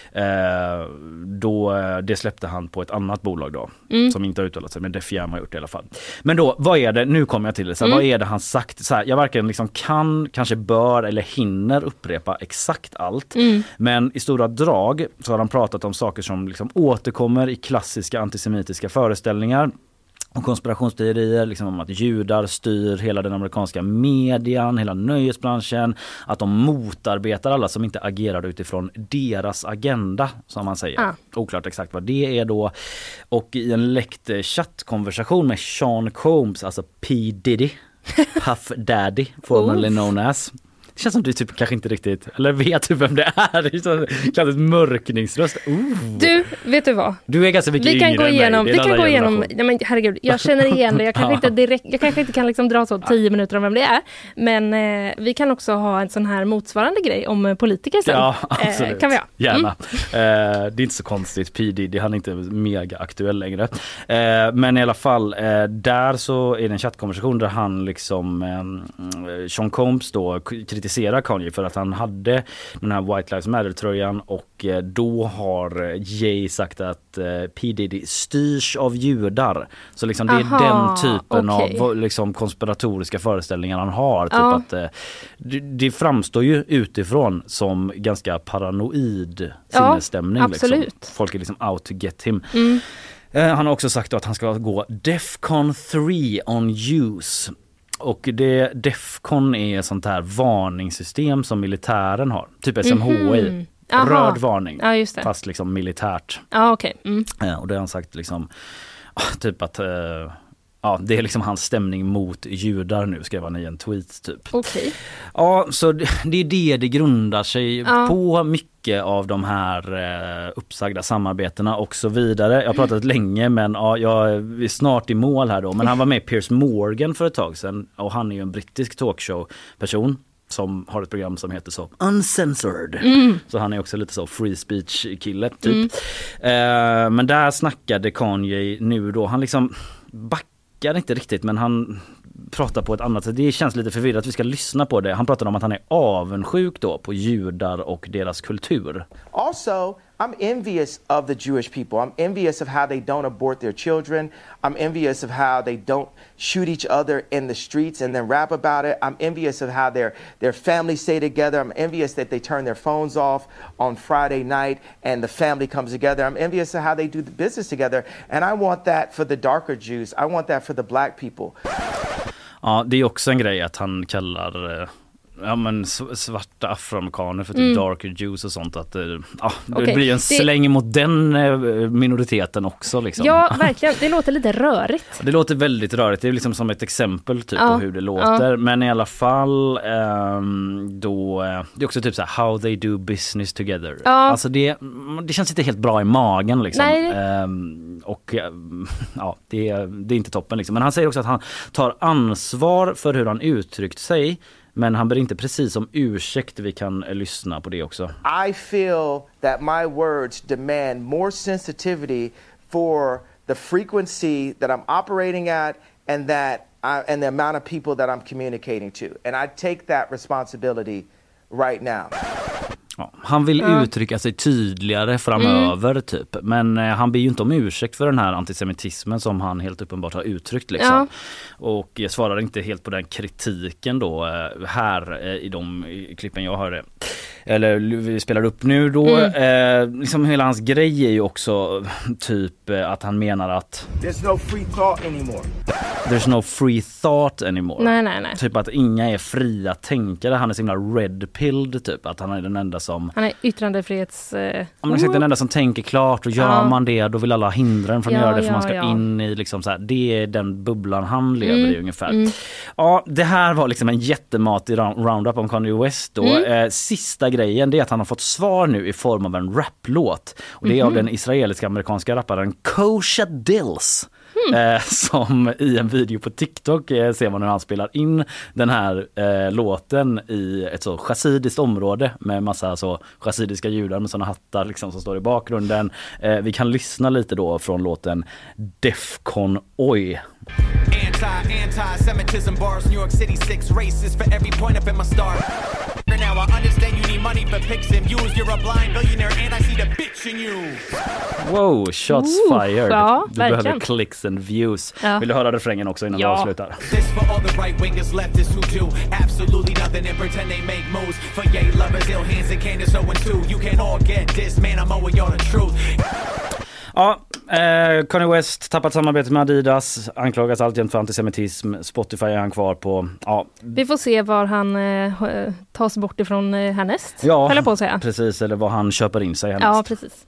Eh, då, det släppte han på ett annat bolag då, Mm. som inte har uttalat sig, men Def Jam har gjort det i alla fall. Men då, vad är det, nu kommer jag till det, så här, Mm. vad är det han sagt? Så här, jag varken liksom kan, kanske bör eller hinner upprepa exakt allt. Mm. Men i stora drag så har han pratat om saker som liksom återkommer i klassiska antisemitiska föreställningar. Och konspirationsteorier liksom om att judar styr hela den amerikanska median, hela nöjesbranschen, att de motarbetar alla som inte agerar utifrån deras agenda, som man säger. Ah. Oklart exakt vad det är då. Och i en läckt chattkonversation med Sean Combs, alltså P. Diddy, Puff Daddy, formerly Oof. known as, Det känns som du typ kanske inte riktigt, eller vet du vem det är? Det är så klassiskt mörkningsröst. Uh. Du, vet du vad? Du är ganska mycket vi kan yngre gå igenom, än mig. Vi kan gå igenom, nej men herregud, jag känner igen det. Jag kanske, inte, direkt, jag kanske inte kan liksom dra så tio minuter om vem det är. Men eh, vi kan också ha en sån här motsvarande grej om politiker sen. Ja, absolut. Eh, kan vi ha. Gärna. Mm. Eh, det är inte så konstigt. P D, det han är inte mega aktuell längre. Eh, men i alla fall, eh, där så är det en chattkonversation där han liksom, eh, Sean Combs då kritiserar Kanye för att han hade den här White Lives Matter-tröjan och eh, då har Jay sagt att eh, P Diddy styrs av judar. Så liksom det är Aha, den typen okay. av liksom konspiratoriska föreställningar han har. Typ ja. att, eh, det, det framstår ju utifrån som ganska paranoid ja, sinnesstämning. Absolut. Liksom. Folk är liksom out to get him. Mm. Eh, han har också sagt att han ska gå Defcon tre on use. Och det, Defcon är ett sånt här varningssystem som militären har. Typ S M H I. Mm-hmm. Röd varning. Ja, just det. Fast liksom militärt. Ja, okej. Okay. Mm. Eh, och det har han sagt liksom typ att eh, ja, det är liksom hans stämning mot judar nu, skrev han i en tweet typ. Okej. Okay. Ja, så det, det är det det grundar sig ja. på, mycket av de här eh, uppsagda samarbetena och så vidare. Jag har pratat länge, men ja, jag är snart i mål här då. Men han var med i Piers Morgan för ett tag sedan och han är ju en brittisk talkshow-person som har ett program som heter så Uncensored. Mm. Så han är också lite så free speech-kille typ. Mm. Eh, men där snackade Kanye nu då, han liksom backar inte riktigt, men han pratar på ett annat sätt. Det känns lite förvirrat att vi ska lyssna på det. Han pratar om att han är avundsjuk då på judar och deras kultur. Also, I'm envious of the Jewish people. I'm envious of how they don't abort their children. I'm envious of how they don't shoot each other in the streets and then rap about it. I'm envious of how their their families stay together. I'm envious that they turn their phones off on Friday night and the family comes together. I'm envious of how they do the business together. And I want that for the darker Jews. I want that for the black people. Ja, det är också en grej att han kallar ja, men svarta afroamerikaner för typ mm. darker Jews och sånt. Att, ja, det okay. blir en släng det... mot den minoriteten också. Liksom. Ja, verkligen. Det låter lite rörigt. Det låter väldigt rörigt. Det är liksom som ett exempel typ ja. på hur det låter. Ja. Men i alla fall um, då, det är också typ så här, how they do business together. Ja. Alltså det, det känns inte helt bra i magen. Liksom. Nej. Um, och ja, det, det är inte toppen. Liksom. Men han säger också att han tar ansvar för hur han uttryckt sig. Men han ber inte precis om ursäkt. Vi kan eh, lyssna på det också. I feel that my words demand more sensitivity for the frequency that I'm operating at and that I, and the amount of people that I'm communicating to. And I take that responsibility right now. Ja, han vill ja. uttrycka sig tydligare framöver mm. typ. Men eh, han ber ju inte om ursäkt för den här antisemitismen som han helt uppenbart har uttryckt liksom. Ja. Och jag svarar inte helt på den kritiken då eh, här eh, i de i klippen jag hörde. Eller vi spelar upp nu då. Mm. Eh, liksom hela hans grej är ju också typ eh, att han menar att There's no free thought anymore. There's no free thought anymore. Nej, nej, nej. Typ att inga är fria tänkare. Han är så himla red-pilled typ. Att han är den enda som... Han är yttrandefrihets... Eh... Man är den enda som tänker klart och gör ja. man det då vill alla hindra den från ja, att göra det för ja, man ska ja. in i liksom så här, det är den bubblan han lever mm. i ungefär. Mm. Ja, det här var liksom en jättematig roundup om Kanye West då. Mm. Eh, sista grejen det är att han har fått svar nu i form av en raplåt. Och det är mm. av den israeliska amerikanska rapparen Kosha Dills. Mm. Eh, som i en video på TikTok eh, ser man hur han spelar in den här eh, låten i ett så chassidiskt område med massa så chassidiska judar med såna hattar liksom, som står i bakgrunden. Eh, vi kan lyssna lite då från låten Defcon Oj. Anti, anti-Semitism bars, New York City, six races for every point up in my star. Now I understand you need money for pics and views. You're a blind billionaire and I see the bitch in you. Wow, shots Ooh, fired. ja, du verkligen. behöver clicks and views. Ja. Vill du höra refrängen också innan ja. vi avslutar? This for all the right wingers leftists who do absolutely nothing and pretend they make moves. For yay lovers, ill hands and Candace Owen too. You can all get this, man, I'm owing y'all the truth. Ja, eh, Kanye West tappat samarbetet med Adidas, anklagas alltjämt för antisemitism. Spotify är han kvar på. Ja. Vi får se var han eh, tas bort ifrån eh, härnäst. Ja, höll på att säga. Precis, eller vad han köper in sig härnäst. Ja, precis.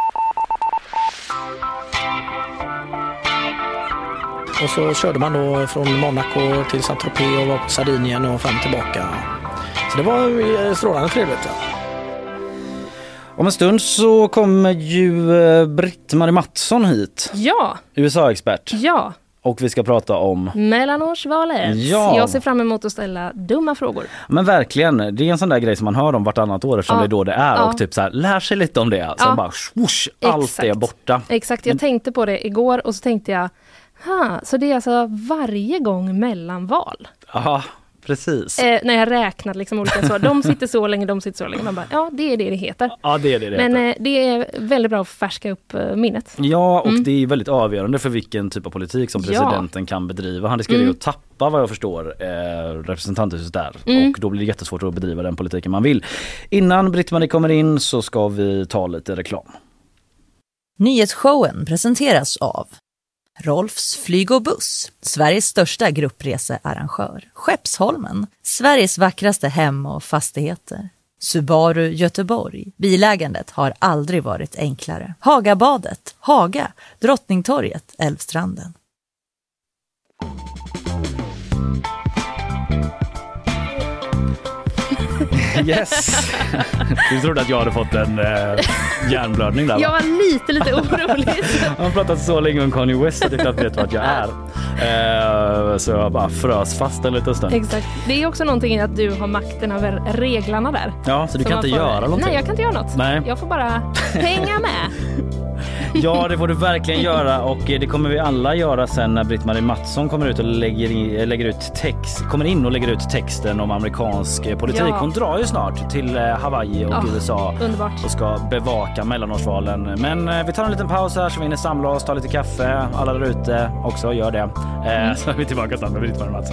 Och så körde man då från Monaco till Saint-Tropez och var på Sardinien och fram tillbaka. Så det var strålande trevligt. Ja. Om en stund så kommer ju Britt-Marie Mattsson hit. Ja. U S A-expert. Ja. Och vi ska prata om mellanårsvalet. Ja. Jag ser fram emot att ställa dumma frågor. Men verkligen, det är en sån där grej som man hör om vartannat år eftersom Ja. det är då det är. Ja. Och typ så här, lär sig lite om det. Så Ja. bara swoosh, allt Exakt. är borta. Exakt, jag Men- tänkte på det igår och så tänkte jag, ha, så det är alltså varje gång mellan val. Ja, precis. Eh, när jag räknade liksom olika så. De sitter så länge, de sitter så länge. Man bara, ja, det är det det heter. Ja, det är det det Men heter. eh, det är väldigt bra att färska upp eh, minnet. Ja, och Mm. det är väldigt avgörande för vilken typ av politik som Ja. presidenten kan bedriva. Han riskerar ju Mm. att tappa, vad jag förstår, eh, representanthuset där. Mm. Och då blir det jättesvårt att bedriva den politiken man vill. Innan Britt-Marie kommer in så ska vi ta lite reklam. Nyhetsshowen presenteras av Rolfs flyg och buss, Sveriges största gruppresearrangör. Skeppsholmen, Sveriges vackraste hem och fastigheter. Subaru Göteborg, bilägandet har aldrig varit enklare. Hagabadet, Haga, Drottningtorget, Älvstranden. Yes! Du trodde att jag hade fått en eh, hjärnblödning där, va? Jag var lite, lite orolig. Jag har pratat så länge om Kanye West att jag knappt vet vad jag är. Eh, så jag bara frös fast en liten stund. Exakt. Det är också någonting i att du har makten över reglarna där. Ja, så du kan man inte får- göra någonting. Nej, jag kan inte göra något. Nej. Jag får bara hänga med. Ja, det får du verkligen göra och det kommer vi alla göra sen när Britt-Marie Mattsson kommer ut och lägger, i, lägger ut text, kommer in och lägger ut texten om amerikansk politik. Ja. Hon drar ju snart till eh, Hawaii och Ja, U S A underbart. och ska bevaka mellanårsvalen. Men eh, vi tar en liten paus här så vi hinner samla oss, ta lite kaffe. Alla där ute också gör det. Eh, Mm. Så är vi tillbaka snart med Britt-Marie Mattsson.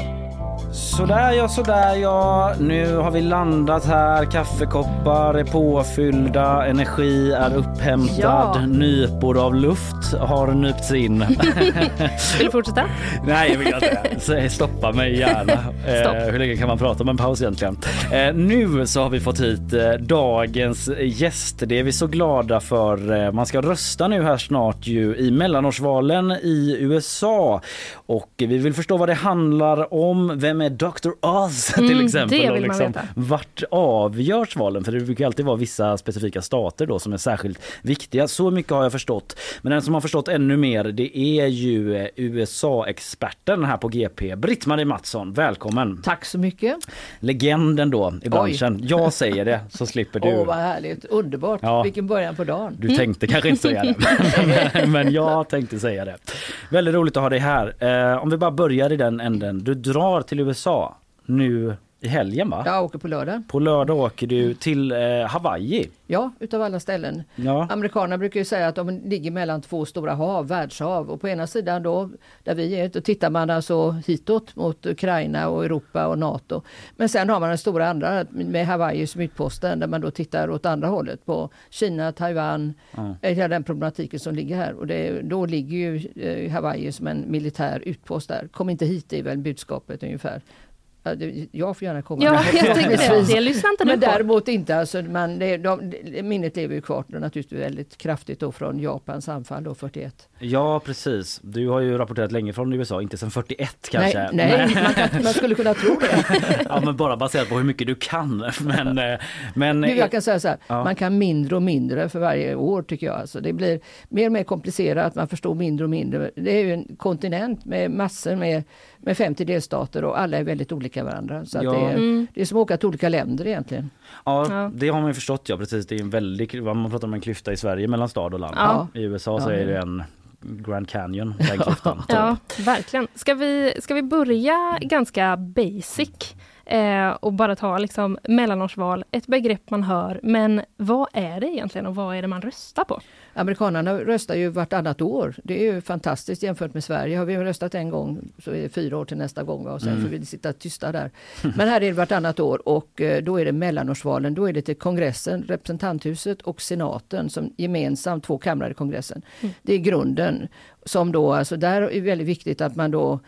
Sådär ja, sådär ja. Nu har vi landat här. Kaffekoppar är påfyllda. Energi är upphämtad. Ja. Nypor av luft har nypts in. Vill du fortsätta? Nej, jag vill inte. Så stoppa mig gärna. Stopp. Eh, hur länge kan man prata om en paus egentligen? Eh, nu så har vi fått hit eh, dagens gäst. Det är vi så glada för. Eh, man ska rösta nu här snart ju i mellanårsvalen i U S A. Och vi vill förstå vad det handlar om. Vem är doktor Oz till Mm, exempel? det och vill man liksom, veta. vart avgörs valen? För det brukar alltid vara vissa specifika stater då som är särskilt viktiga. Så mycket har jag förstått. Men den som har förstått ännu mer, det är ju eh, U S A-experten här på G P, Britt-Marie Mattsson. Välkommen. Tack så mycket. Legenden då i branschen. Oj. Jag säger det så slipper du. Åh, vad härligt. Underbart. Ja. Vilken början på dagen. Du tänkte kanske inte säga det, men, men jag tänkte säga det. Väldigt roligt att ha dig här. Eh, om vi bara börjar i den änden. Du drar till U S A nu i helgen, va? Jag åker på lördag. På lördag åker du till eh, Hawaii. Ja, utav alla ställen. Ja. Amerikanerna brukar ju säga att de ligger mellan två stora hav, världshav. Och på ena sidan då, där vi är, då tittar man alltså hitåt mot Ukraina och Europa och NATO. Men sen har man den stora andra med Hawaii som utposten där man då tittar åt andra hållet på Kina, Taiwan, Ja. hela den problematiken som ligger här. Och det, då ligger ju eh, Hawaii som en militär utpost där. Kom inte hit, är väl budskapet ungefär. Ja, det- Jag får gärna komma. Ja, jag tänkte det. Det lyssnar inte du Men på. däremot inte. Alltså, man, det, de, det, minnet lever ju kvar naturligtvis väldigt kraftigt då från Japans anfall då, fyrtioett. Ja, precis. Du har ju rapporterat länge från U S A, inte sedan fyrtioett kanske. Nej, nej man, kan, man skulle kunna tro det. Ja, men bara baserat på hur mycket du kan. Men, eh, men, Nu, jag kan säga så här, Ja. man kan mindre och mindre för varje år tycker jag. Alltså, det blir mer och mer komplicerat, man förstår mindre och mindre. Det är ju en kontinent med massor med, med femtio delstater och alla är väldigt olika varandra. Så att Ja. det, är, Mm. det är som att åka till olika länder egentligen. Ja, Ja. det har man ju förstått, ja precis. Det är en väldigt, man pratar om en klyfta i Sverige mellan stad och land. Ja. I U S A så Ja. är det en Grand Canyon, den klyftan. Ja, verkligen. Ska vi, ska vi börja ganska basic eh, och bara ta liksom mellanårsval, ett begrepp man hör, men vad är det egentligen och vad är det man röstar på? Amerikanerna röstar ju vartannat år. Det är ju fantastiskt jämfört med Sverige. Har vi röstat en gång så är det fyra år till nästa gång, va? Och sen Mm. får vi sitta tysta där. Men här är det vartannat år och eh, då är det mellanårsvalen. Då är det till kongressen, representanthuset och senaten som gemensamt två kamrar i kongressen. Mm. Det är grunden som då, alltså där är väldigt viktigt att man då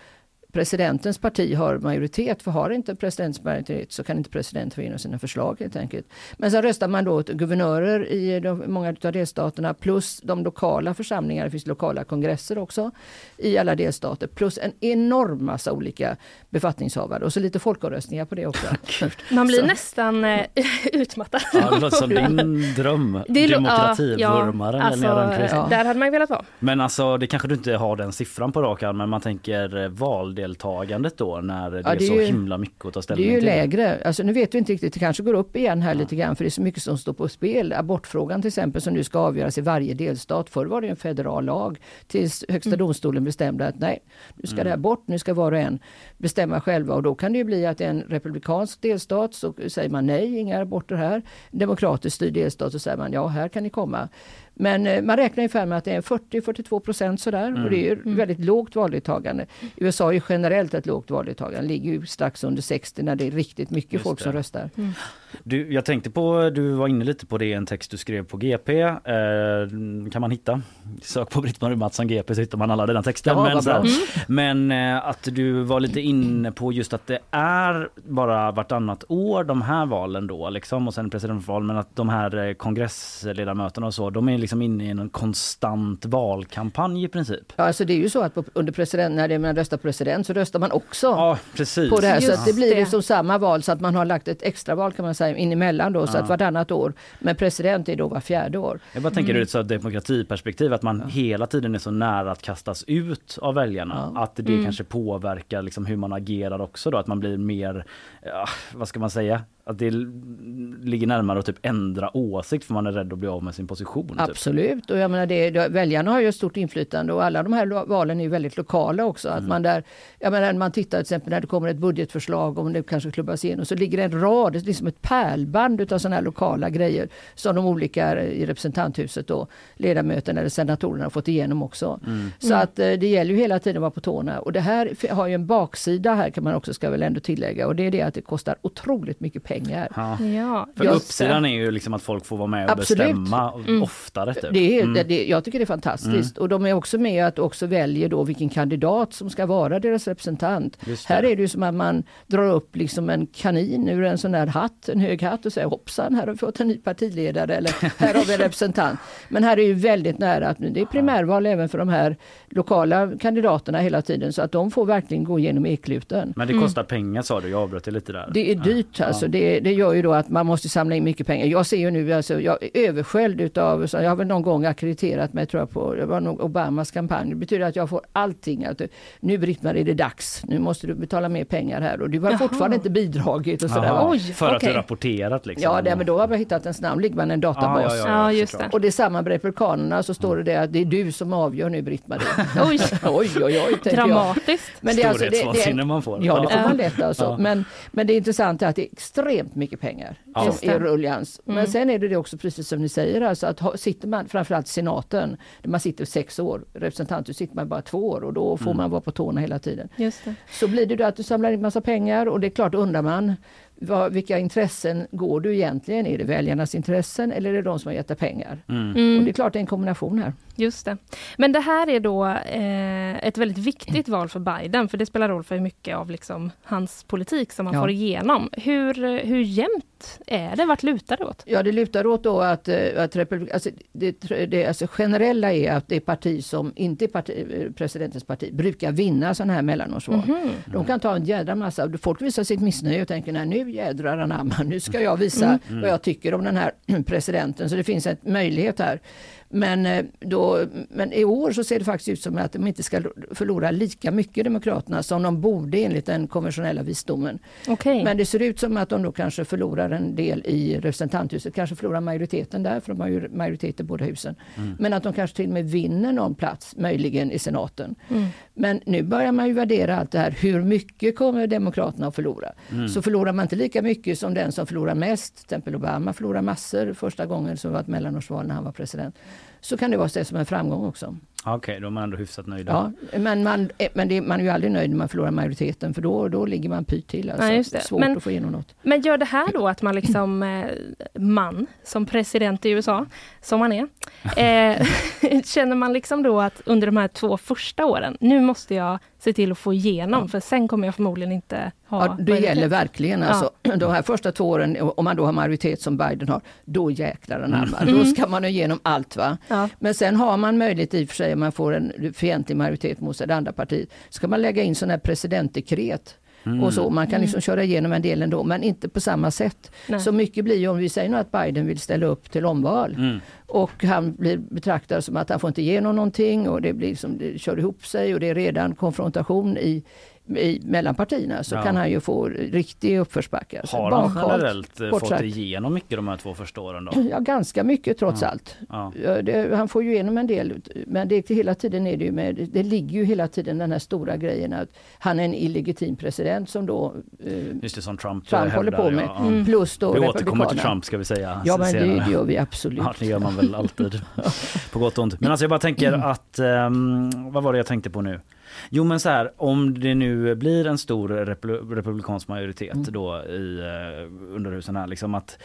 presidentens parti har majoritet, för har inte presidentens majoritet så kan inte presidenten få igenom sina förslag helt enkelt. Men så röstar man då åt guvernörer i de, många av delstaterna plus de lokala församlingarna, det finns lokala kongresser också i alla delstater, plus en enorm massa olika befattningshavare och så lite folkomröstningar på det också. Man blir så. nästan eh, utmattad. Ja, det låter som din dröm, demokrativurmaren. Ja, ja, alltså, ja. Där hade man ju velat vara. Men alltså, det kanske du inte har den siffran på rakan, men man tänker valdeltagandet då när det, ja, det är så är ju, himla mycket att ta ställning till. Det är ju till. lägre. Alltså, nu vet vi inte riktigt, det kanske går upp igen här ja. lite grann, för det är så mycket som står på spel. Abortfrågan till exempel som nu ska avgöras i varje delstat. Förr var det en federal lag tills högsta mm. domstolen bestämde att nej, nu ska mm. det här bort, nu ska var och en bestämma själva, och då kan det ju bli att en republikansk delstat så säger man nej, inga aborter här. Demokratiskt styrd delstat så säger man ja, här kan ni komma. Men eh, man räknar ungefär med att det är fyrtio till fyrtiotvå procent sådär. Mm. Och det är ju mm. väldigt lågt valdeltagande. U S A är ju generellt ett lågt valdeltagande. Ligger ju strax under sextio när det är riktigt mycket Just folk det. som röstar. Mm. Du, jag tänkte på, du var inne lite på det, en text du skrev på G P. Eh, kan man hitta? Sök på Britt-Marie Mattsson G P så hittar man alla den texten. Ja, men så här, mm. men eh, att du var lite inne på just att det är bara vartannat år de här valen då liksom, och sen presidentval, men att de här eh, kongressledamöterna och så, de är liksom inne i en konstant valkampanj i princip. Ja, alltså det är ju så att på, under president, när det, man röstar på president så röstar man också ja, precis. på det här. Just så att det blir det. liksom samma val, så att man har lagt ett extra val kan man säga in emellan då, så ja. att vartannat år. Men president är då var fjärde år. Jag bara tänker mm. ut så ett demokratiperspektiv att man ja. hela tiden är så nära att kastas ut av väljarna. Ja. Att det mm. kanske påverkar liksom hur man agerar också då. Att man blir mer, ja, vad ska man säga? Att det ligger närmare att typ ändra åsikt för man är rädd att bli av med sin position. Absolut, typ. och jag menar det, väljarna har ju ett stort inflytande och alla de här valen är ju väldigt lokala också. Att mm. man där, jag menar man tittar till exempel när det kommer ett budgetförslag, om det kanske klubbas in, och så ligger det en rad, det är liksom ett pärlband av sådana här lokala grejer som de olika i representanthuset då, ledamöterna eller senatorerna har fått igenom också. Mm. Så Mm. att det gäller ju hela tiden att vara på tårna, och det här har ju en baksida här kan man också ska väl ändå tillägga, och det är det att det kostar otroligt mycket pengar. Ja. Ja. För Jag, uppsidan är ju liksom att folk får vara med och absolut. bestämma mm. oftare. Typ. Det är, mm. det, jag tycker det är fantastiskt. Mm. Och de är också med att också välja då vilken kandidat som ska vara deras representant. Här är det ju som att man drar upp liksom en kanin ur en sån här hatt, en hög hatt, och säger hoppsan, här har vi fått en ny partiledare, eller här har vi en representant. Men här är ju väldigt nära att det är primärval även för de här lokala kandidaterna hela tiden, så att de får verkligen gå igenom ekluten. Men det kostar mm. pengar, sa du, jag avbröt det lite där. Det är dyrt, ja. alltså. Ja. Det, det gör ju då att man måste samla in mycket pengar. Jag ser ju nu, alltså, jag är översköljd utav, så jag har väl någon gång akkrediterat mig tror jag på, det var nog Obamas kampanj. Det betyder att jag får allting. Att, nu Britt-Marie, är det dags. Nu måste du betala mer pengar här. Och du har Jaha. fortfarande inte bidragit och sådär. Oj, för okay. att du rapporterat liksom. Ja, det, men då har jag hittat en snabb, ligger man en databas. Ja, ja, ja, ja, just det. Och det är samma med republikanerna, så står det där att det är du som avgör nu, Britt-Marie. oj, oj, oj, oj. Dramatiskt. Men det är alltså, det, det är, man får. Ja, det får man lätt alltså. Ja. Men, men det är intressant att det är extremt mycket pengar ja. som är ruljans. Mm. Men sen är det, det också precis som ni säger, alltså att ha, sitter man framförallt i senaten, där man sitter sex år, representant, sitter man bara två år och då får mm. man vara på tårna hela tiden. Just det. Så blir det då att du samlar in massa pengar, och det är klart, undrar man vad, vilka intressen går du egentligen? Är det väljarnas intressen eller är det de som har gett dig pengar? Mm. Mm. Och det är klart det är en kombination här. Just det. Men det här är då eh, ett väldigt viktigt val för Biden, för det spelar roll för hur mycket av liksom hans politik som han ja. får igenom. Hur, hur jämnt är det? Vart lutar det åt? Ja, det lutar åt då att, att republik, alltså, det, det alltså generella är att det parti som inte är parti, presidentens parti brukar vinna sådana här mellanårsval. Mm-hmm. De kan ta en jädra massa, folk visar sitt missnöje och tänker, nej, nu jädrar anamma, nu ska jag visa mm. vad jag tycker om den här presidenten. Så det finns en möjlighet här. Men, då, men i år så ser det faktiskt ut som att de inte ska förlora lika mycket, demokraterna, som de borde enligt den konventionella visdomen. Okay. Men det ser ut som att de då kanske förlorar en del i representanthuset, kanske förlorar majoriteten där, för de har ju majoritet i båda husen. Mm. Men att de kanske till och med vinner någon plats, möjligen i senaten. Mm. Men nu börjar man ju värdera allt det här, hur mycket kommer demokraterna att förlora? Mm. Så förlorar man inte lika mycket som den som förlorar mest, till exempel Obama förlorar massor första gången som var ett mellanårsval när han var president. Så kan det vara det som en framgång också. Okej, okay, då är man ändå hyfsat nöjda. Ja, men, man, men det, man är ju aldrig nöjd när man förlorar majoriteten, för då, då ligger man pyt till. Alltså. Ja, just det. Svårt men, att få igenom något. Men gör det här då att man liksom, eh, man som president i U S A, som man är, eh, känner man liksom då att under de här två första åren, nu måste jag se till att få igenom, ja. för sen kommer jag förmodligen inte ha... Ja, det gäller verkligen. Alltså, ja. De här första två åren, om man då har majoritet som Biden har, då jäklar den armar. Mm. Då ska man igenom allt, va? Ja. Men sen har man möjlighet i och för sig, om man får en fientlig majoritet mot det andra partiet, ska man lägga in sådana här presidentdekret. Mm. Och så, man kan liksom mm. köra igenom en del ändå, men inte på samma sätt. Nej. Så mycket blir ju, om vi säger nu att Biden vill ställa upp till omval mm. och han blir betraktad som att han får inte igenom någonting och det blir som det kör ihop sig och det är redan konfrontation i I, mellan partierna, så ja. kan han ju få riktig uppförsbacke. Har han generellt fått sagt. igenom mycket de här två första åren då? Ja, ganska mycket trots ja. allt. Ja. Det, han får ju igenom en del, men det, hela tiden är det ju med, det ligger ju hela tiden den här stora grejen att han är en illegitim president som då Just det, som Trump, Trump håller på med. Ja. Mm. Plus då vi återkommer till Trump, ska vi säga. Ja, men det, det gör vi absolut. Ja, det gör man väl alltid. På gott och ont. Men alltså jag bara tänker mm. att, um, vad var det jag tänkte på nu? Jo, men så här, om det nu blir en stor repl- republikansk majoritet mm. då i uh, underhusen här, liksom att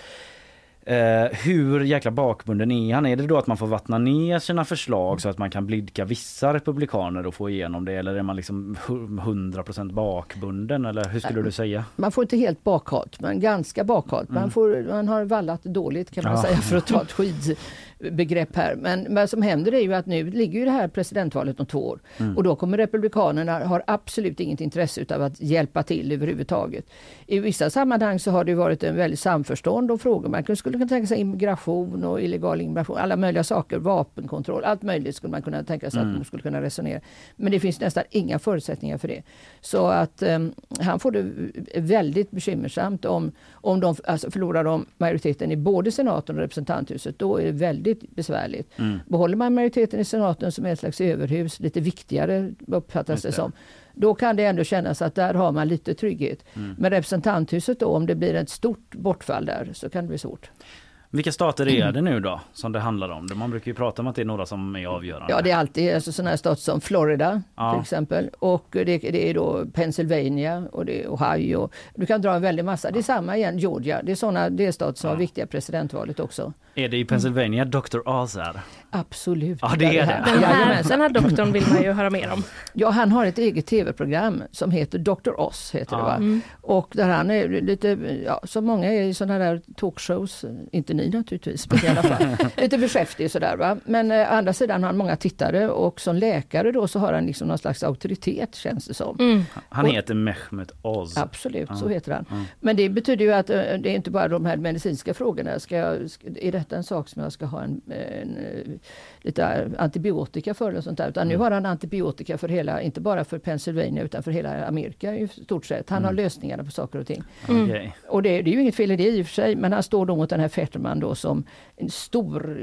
Uh, hur jäkla bakbunden är han? Är det då att man får vattna ner sina förslag så att man kan blidka vissa republikaner och få igenom det? Eller är man liksom hundra procent bakbunden? Eller hur skulle du säga? Man får inte helt bakhalt, men ganska bakhalt. Man, får, man har vallat dåligt, kan man ja. säga, för att ta ett skidbegrepp här. Men vad som händer är ju att nu ligger ju det här presidentvalet om två år. Mm. Och då kommer republikanerna har absolut inget intresse av att hjälpa till överhuvudtaget. I vissa sammanhang så har det varit en väldigt samförstånd och frågor. Man skulle kunna tänka sig immigration och illegal immigration, alla möjliga saker, vapenkontroll, allt möjligt skulle man kunna tänka sig mm. att de skulle kunna resonera. Men det finns nästan inga förutsättningar för det. Så att um, han får det väldigt bekymmersamt om, om de alltså förlorar de majoriteten i både senaten och representanthuset. Då är det väldigt besvärligt. Mm. Behåller man majoriteten i senaten som är ett slags överhus, lite viktigare uppfattas det som. Då kan det ändå kännas att där har man lite trygghet. Mm. Men representanthuset då, om det blir ett stort bortfall där, så kan det bli svårt. Vilka stater är det nu då som det handlar om? Man brukar ju prata om att det är några som är avgörande. Ja, det är alltid alltså, sådana här stater som Florida ja. till exempel. Och det, det är då Pennsylvania och det är Ohio. Du kan dra en väldig massa. Det är samma igen, Georgia. Det är sådana delstater som ja. har viktiga presidentvalet också. Är det i Pennsylvania mm. doktor Oz är? Absolut. Ja, det är det. Den här, den här doktorn vill man ju höra mer om. Ja, han har ett eget tv-program som heter doktor Oz, heter ja. det va? Mm. Och där han är lite, ja, som många är i sådana där talkshows, inte ni naturligtvis, men i alla fall. Lite beskäftig sådär va. Men å eh, andra sidan har han många tittare och som läkare då så har han liksom någon slags auktoritet, känns det som. Mm. Han heter Mehmet Oz. Absolut, ja. så heter han. Mm. Men det betyder ju att eh, det är inte bara de här medicinska frågorna. Ska jag, ska, är detta en sak som jag ska ha en, en, en lite antibiotika för eller sånt där. Utan mm. nu har han antibiotika för hela, inte bara för Pennsylvania utan för hela Amerika i stort sett. Han mm. har lösningarna på saker och ting. Mm. Okay. Och det, det är ju inget fel i det i och för sig, men han står då mot den här Fetterman då som en stor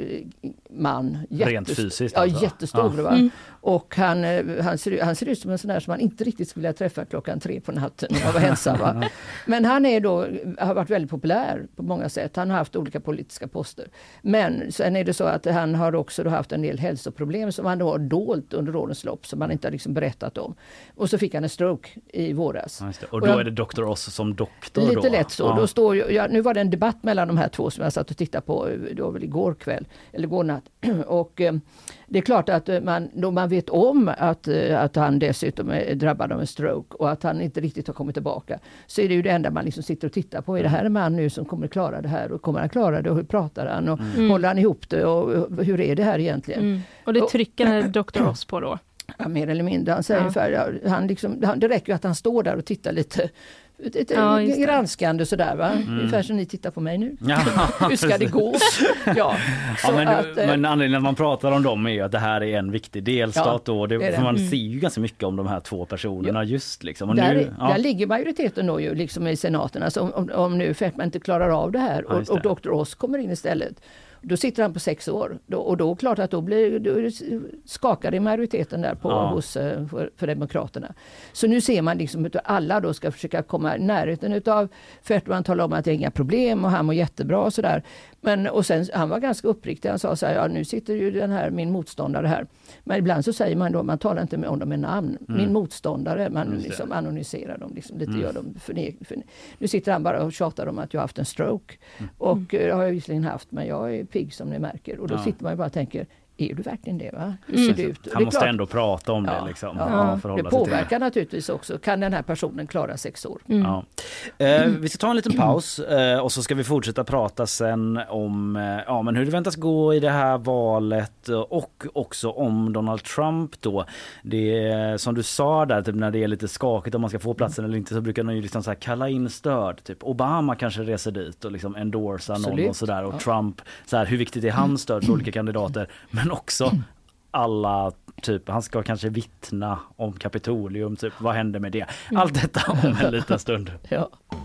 man. Rent fysiskt alltså. Ja, jättestor ja. va. Mm. Och han, han, ser, han ser ut som en sån där som man inte riktigt skulle vilja träffa klockan tre på natten när man var ensam va. Men han är då, har varit väldigt populär på många sätt. Han har haft olika politiska poster. Men sen är det så att han har också då haft en del hälsoproblem som han då har dolt under årens lopp som han inte har liksom berättat om. Och så fick han en stroke i våras. Ja, och då och är det doktor Oz som doktor lite då? Lite lätt så. Ja. Då står ju, ja, nu var det en debatt mellan de här två som jag satt och tittade på då väl igår kväll eller igår natt. Och eh, det är klart att man, då man vet om att, att han dessutom är drabbad av en stroke och att han inte riktigt har kommit tillbaka, så är det ju det enda man liksom sitter och tittar på. Är det här en man nu som kommer att klara det här och kommer han klara det och hur pratar han och mm. håller han ihop det och hur är det här egentligen? Mm. Och det trycker doktor Oz på då? Ja, mer eller mindre. Han säger ja. ungefär, han liksom, han, det räcker att han står där och tittar lite Ett ja, granskande sådär va? Mm. Ungefär som ni tittar på mig nu. Ja, hur ska det gå? Ja, ja, men, att, men anledningen att man pratar om dem är ju att det här är en viktig delstat ja, då. Det, det för man mm. ser ju ganska mycket om de här två personerna ja. just liksom. Och där, nu, ja. där ligger majoriteten då ju liksom i senaten. Alltså om, om, om nu Fetterman inte klarar av det här ja, och, och doktor Oz kommer in istället. Då sitter han på sex år. Då, och då klart att då blir då skakar det majoriteten där på, ja. hos, för, för Demokraterna. Så nu ser man liksom att alla då ska försöka komma i närheten utav Fetterman, tala om att det är inga problem och han mår jättebra och sådär. Men, och sen, han var ganska uppriktig. Han sa så här, ja, nu sitter ju den här, min motståndare här. Men ibland så säger man då, man talar inte om dem med namn. Mm. Min motståndare, man liksom anonymiserar dem. Liksom, lite mm. gör dem för, för, nu sitter han bara och tjatar om att jag har haft en stroke. Mm. Och det har jag visserligen haft, men jag är pigg som ni märker. Och då ja. sitter man ju bara och tänker, är du verkligen det, va? Hur ser mm. det ut? Han måste klart, ändå prata om ja, det. Liksom. Ja, ja, det påverkar naturligtvis också. Kan den här personen klara sex år? Mm. Ja. Eh, vi ska ta en liten paus eh, och så ska vi fortsätta prata sen om eh, ja, men hur det väntas gå i det här valet och också om Donald Trump då. Det är, som du sa där, typ, när det är lite skakigt om man ska få platsen eller inte, så brukar de ju liksom så här kalla in stöd. Typ Obama kanske reser dit och liksom endorsar någon och sådär. Och ja. Trump, så här, hur viktigt är hans stöd för olika kandidater? Men också alla, typ, han ska kanske vittna om Kapitolium, typ, vad händer med det? Allt detta om en liten stund. Ja.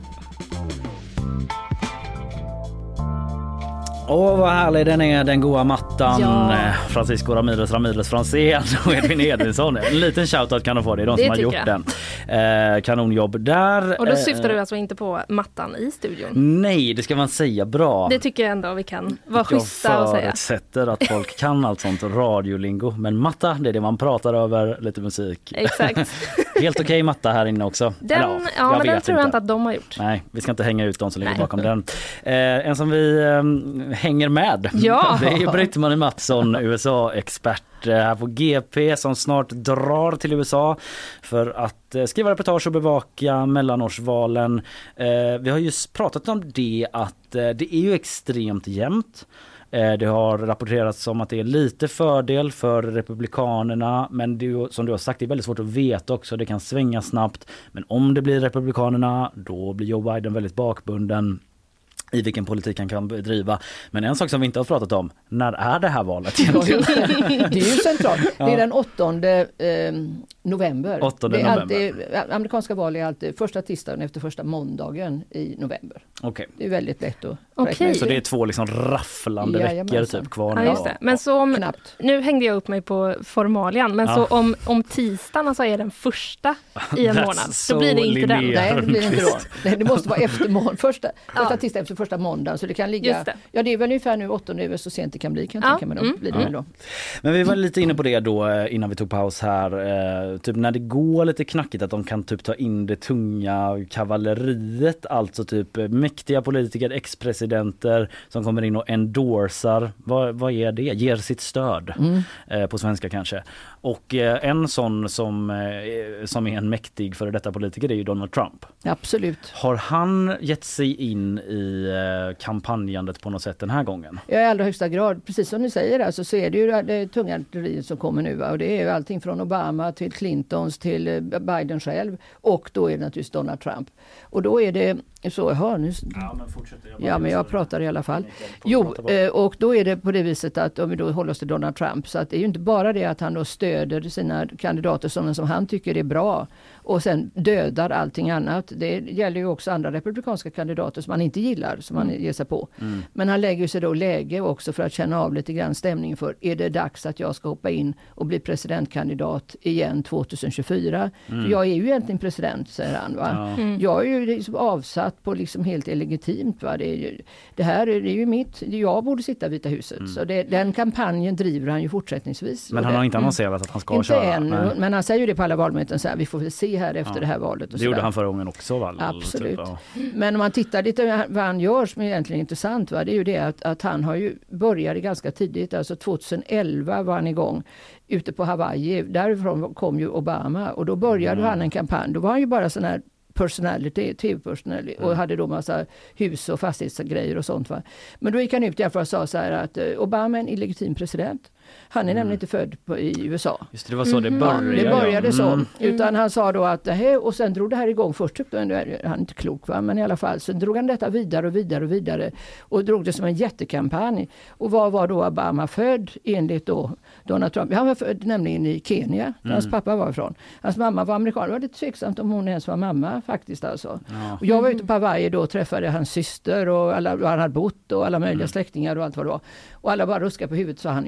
Åh, vad härlig den är, den goda mattan. Ja. Francisco Ramirez Ramirez Franzén och Edvin Edvinsson. En liten shoutout kan de få, det är de det som har gjort jag. den. Eh, kanonjobb där. Och då syftar du alltså inte på mattan i studion? Nej, det ska man säga bra. Det tycker jag ändå vi kan vara schyssta och säga. Jag förutsätter att folk kan allt sånt radiolingo. Men matta, det är det man pratar över, lite musik. Exakt. Helt okej okay matta här inne också. Den, Eller, ja, ja men den tror jag inte att de har gjort. Nej, vi ska inte hänga ut de som ligger Nej. bakom den. Eh, en som vi eh, hänger med. Ja. Det är ju Britt-Marie Mattsson, U S A-expert här på G P, som snart drar till U S A för att eh, skriva reportage och bevaka mellanårsvalen. Eh, vi har ju pratat om det att eh, det är ju extremt jämnt. Det har rapporterats om att det är lite fördel för republikanerna, men det är, som du har sagt, det är väldigt svårt att veta också. Det kan svänga snabbt, men om det blir republikanerna, då blir Joe Biden väldigt bakbunden i vilken politik han kan bedriva. Men en sak som vi inte har pratat om, när är det här valet egentligen? Det är ju centralt. Det är den åttonde eh, november. åttonde det är november. Alltid, amerikanska val är alltid första tisdagen efter första måndagen i november. Okay. Det är väldigt lätt att okay. Så det är två liksom rafflande ja, veckor typ kvar. Ja, just det. Men så om, knappt. Nu hängde jag upp mig på formalian, men ja. så om, om tisdagen så är den första i en månad, så blir det inte den. Nej, det blir inte då. Nej, det måste vara efter måndag. Första, första ja. tisdag efter första måndag, så det kan ligga. Det. Ja, det är väl ungefär nu åttonde över så sent det kan bli, kan jag ja. tänka mig. Då. Mm. Blir det ja. väl då. Men vi var lite inne på det då innan vi tog paus här. Eh, typ när det går lite knackigt att de kan typ ta in det tunga kavalleriet, alltså typ mäktiga politiker, ex-presidenter som kommer in och endorsar. Vad, vad är det? Ger sitt stöd mm. eh, på svenska kanske. Och eh, en sån som, eh, som är en mäktig före detta politiker, det är ju Donald Trump. Absolut. Har han gett sig in i eh, kampanjandet på något sätt den här gången? Ja, i allra högsta grad. Precis som ni säger, alltså, så är det ju det tunga artilleriet som kommer nu. Va? Och det är ju allting från Obama till Clintons till eh, Biden själv. Och då är det naturligtvis Donald Trump. Och då är det så, hör nu. Ja, men fortsätter jag. Ja, men jag pratar i alla fall. Jo, eh, och då är det på det viset att om vi då håller oss till Donald Trump, så att det är ju inte bara det att han då stöder sina kandidater som, som han tycker är bra och sen dödar allting annat. Det gäller ju också andra republikanska kandidater som han inte gillar, som han ger sig på. Mm. Men han lägger sig då läge också för att känna av lite grann stämningen för, är det dags att jag ska hoppa in och bli presidentkandidat igen tjugohundratjugofyra? Mm. För jag är ju egentligen president, säger han. Va? Ja. Mm. Jag är ju liksom avsatt på liksom helt illegitimt. Va? Det, är ju, det här är, det är ju mitt, jag borde sitta i Vita huset. Mm. Så det, den kampanjen driver han ju fortsättningsvis. Men han det, har inte annonserat mm. att han ska inte köra? Än, men han säger ju det på alla valmöten, så här, vi får väl se här efter ja. det här valet. Och det gjorde han förra gången också, va? Absolut. Typ, ja. Men om man tittar lite vad han gör som är egentligen intressant, va? Det är ju det att, att han har ju börjat ganska tidigt, alltså tjugoelva var han igång ute på Hawaii. Därifrån kom ju Obama och då började mm. han en kampanj. Då var han ju bara sån här personality, tv-personality och mm. hade då massa hus- och fastighetsgrejer och sånt. Va? Men då gick han ut därför och sa så här att uh, Obama är en illegitim president. Han är mm. nämligen inte född på, i U S A. Just det, det var så det började. Mm. Det började så. Mm. Utan han sa då att, hej, och sen drog det här igång först, tyckte han, han är inte klok, va? Men i alla fall, sen drog han detta vidare och vidare och vidare och drog det som en jättekampanj. Och var var då Obama född enligt då Donald Trump? Han var född nämligen i Kenya, där mm. hans pappa var ifrån. Hans mamma var amerikan. Det var lite tveksamt om hon ens var mamma faktiskt alltså. Ja. Och jag var ute på Hawaii då och träffade hans syster och alla, och han hade bott och alla möjliga mm. släktingar och allt vad det var. Och alla bara ruskade på huvudet, så han är ju inte klok.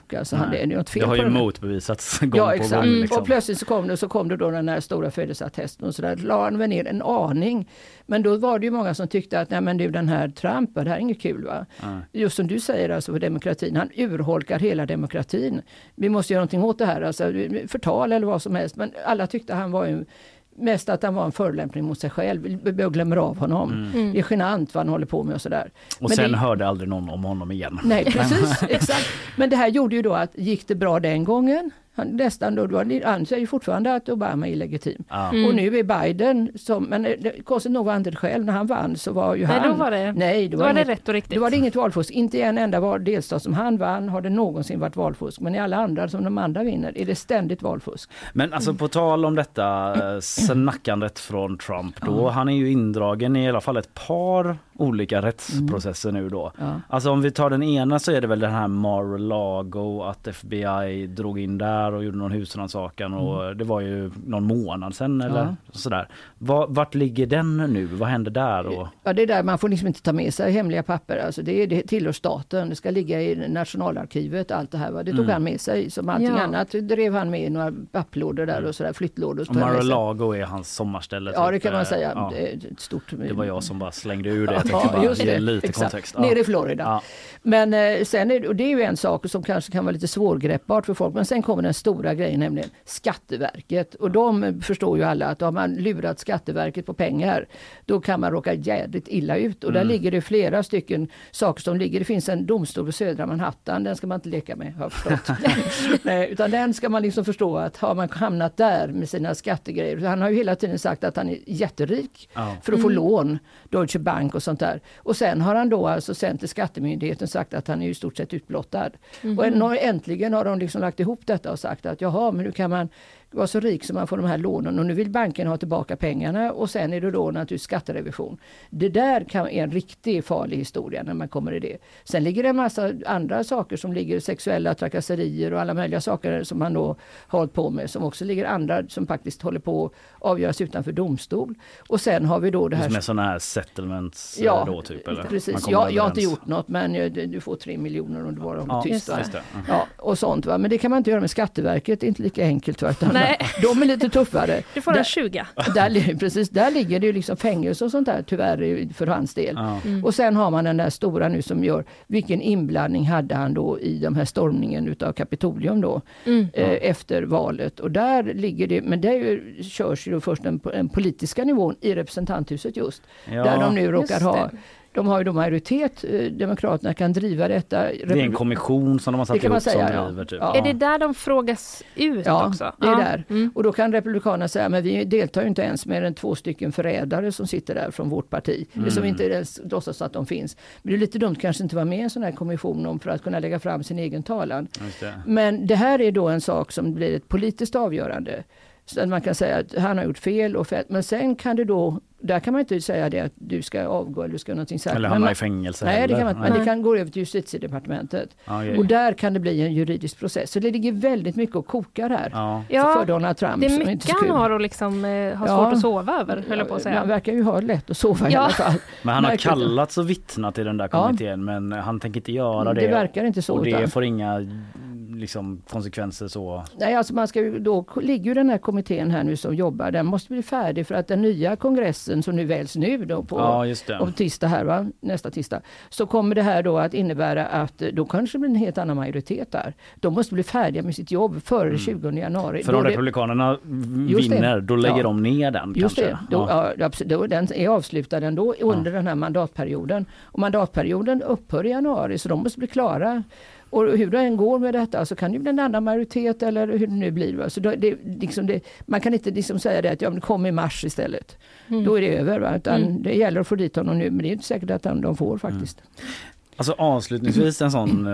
tjock. Alltså, han, det är något fel det har ju på motbevisats gång ja, på exakt. gång. Liksom. Och plötsligt så kom det, så kom det då den här stora födelseattesten och så där. La han väl ner en aning. Men då var det ju många som tyckte att nej men du, den här Trump, det här är inget kul va? Mm. Just som du säger alltså för demokratin, han urholkar hela demokratin. Vi måste göra någonting åt det här, alltså förtal eller vad som helst. Men alla tyckte han var ju mest att han var en förolämpning mot sig själv. Vi glömmer av honom. Mm. Det är genant vad han håller på med och sådär. Och men sen det... hörde aldrig någon om honom igen. Nej, precis. Exakt. Men det här gjorde ju då att gick det bra den gången? Han, nästan då, då han säger ju fortfarande att Obama är illegitim. Ah. Mm. Och nu är Biden, som, men det, konstigt nog var han inte själv när han vann så var ju nej, han... Då var det, nej, då då var, var inget, det rätt och riktigt. Då var det inget valfusk. Inte i en enda var, delstat som han vann har det någonsin varit valfusk. Men i alla andra som de andra vinner är det ständigt valfusk. Men alltså på tal om detta snackandet från Trump då, mm. han är ju indragen i alla fall ett par olika rättsprocesser mm. nu då. Ja. Alltså om vi tar den ena så är det väl den här Mar-a-Lago att F B I drog in där och gjorde någon husrannsakan och mm. det var ju någon månad sedan eller ja. sådär. Var, vart ligger den nu? Vad händer där? Och... Ja, det är där man får liksom inte ta med sig hemliga papper. Alltså det, är, det tillhör staten. Det ska ligga i nationalarkivet allt det här. Va? Det tog mm. han med sig som allting ja. annat. Drev han med i några papplådor där och sådär, flyttlådor. Och Mar-a-Lago är hans sommarställe. Ja, typ. det kan man säga. Ja. Det, är ett stort... det var jag som bara slängde ur det. Ja, just det. Lite exakt. Kontext. Ja. Nere i Florida. Ja. Men eh, sen är, och det är ju en sak som kanske kan vara lite svårgreppbart för folk. Men sen kommer den stora grejen, nämligen Skatteverket. Och de förstår ju alla att har man lurat Skatteverket på pengar, då kan man råka jävligt illa ut. Och där mm. ligger det flera stycken saker som ligger. Det finns en domstol på södra Manhattan, den ska man inte leka med, har jag förstått. Nej, utan den ska man liksom förstå att har man hamnat där med sina skattegrejer. Han har ju hela tiden sagt att han är jätterik ja. för att få mm. lån, Deutsche Bank och sånt där. Och sen har han då alltså sen till Skattemyndigheten sagt att han är i stort sett utblottad. Mm. Och äntligen har de liksom lagt ihop detta och sagt att jaha, men nu kan man vara så rik som man får de här lånen och nu vill banken ha tillbaka pengarna och sen är det då naturligtvis skatterevision. Det där kan vara en riktigt farlig historia när man kommer i det. Sen ligger det en massa andra saker som ligger sexuella trakasserier och alla möjliga saker som man då har hållit på med som också ligger andra som faktiskt håller på att avgöras utanför domstol. Och sen har vi då det här... Som är sådana här settlements ja, då typ? Eller? Precis. Jag, jag har inte gjort något men du får tre miljoner om du bara håller ja, tyst. Just det. Mm. Ja, och sånt va. Men det kan man inte göra med Skatteverket, det är inte lika enkelt tvärtom. Nej. De är lite tuffare. Du får en tjugo. Där, precis, där ligger det ju liksom fängelse och sånt där tyvärr för hans del. Ja. Mm. Och sen har man den där stora nu som gör vilken inblandning hade han då i de här stormningen utav Kapitolium då mm. eh, efter valet. Och där ligger det, men det är ju, körs ju då först den, den politiska nivån i representanthuset just. Ja, där de nu råkar ha de har ju då majoritet, demokraterna kan driva detta. Det är en kommission som de har satt ihop som driver. Typ. Ja. Är det där de frågas ut ja, också? det är ja. där. Mm. Och då kan republikanerna säga, men vi deltar ju inte ens med en två stycken förrädare som sitter där från vårt parti. Mm. Det som inte ens låtsas att de finns. Men det är lite dumt kanske inte vara med i en sån här kommission om för att kunna lägga fram sin egen talan. Det. Men det här är då en sak som blir ett politiskt avgörande. Så att man kan säga att han har gjort fel och fel. Men sen kan det då, där kan man inte säga det att du ska avgå eller du ska någonting särskilt. Eller hamna i fängelse. Nej, det kan man, men det kan gå över till justitiedepartementet. Ah, yeah. Och där kan det bli en juridisk process. Så det ligger väldigt mycket och kokar här. Ah. För, ja, för Donald Trump. Det är mycket han har och liksom, eh, har ja, svårt att sova över, höll jag på att säga. Han verkar ju ha lätt att sova ja. i alla fall. Men han har kallats och vittnat i den där kommittén, ja. men han tänker inte göra det. Det verkar inte så. Och det utan. får inga... liksom konsekvenser så. Nej, alltså man ska ju, då ligger ju den här kommittén här nu som jobbar, den måste bli färdig för att den nya kongressen som nu väljs nu då på ja, just det. Om tisdag här va, nästa tisdag, så kommer det här då att innebära att då kanske det blir en helt annan majoritet där. De måste bli färdiga med sitt jobb före mm. tjugonde januari. För om det, republikanerna vinner, då lägger ja. de ner den just kanske. Det. Då, ja. Ja, då, den är avslutad ändå under ja. den här mandatperioden. Och mandatperioden upphör i januari så de måste bli klara. Och hur det än går med detta så kan det bli en annan majoritet eller hur det nu blir. Va? Så då, det, liksom det, man kan inte liksom säga det att ja, det kommer i mars istället. Mm. Då är det över. Va? Utan mm. det gäller att få dit honom nu, men det är inte säkert att de får faktiskt. Mm. Alltså avslutningsvis en sån,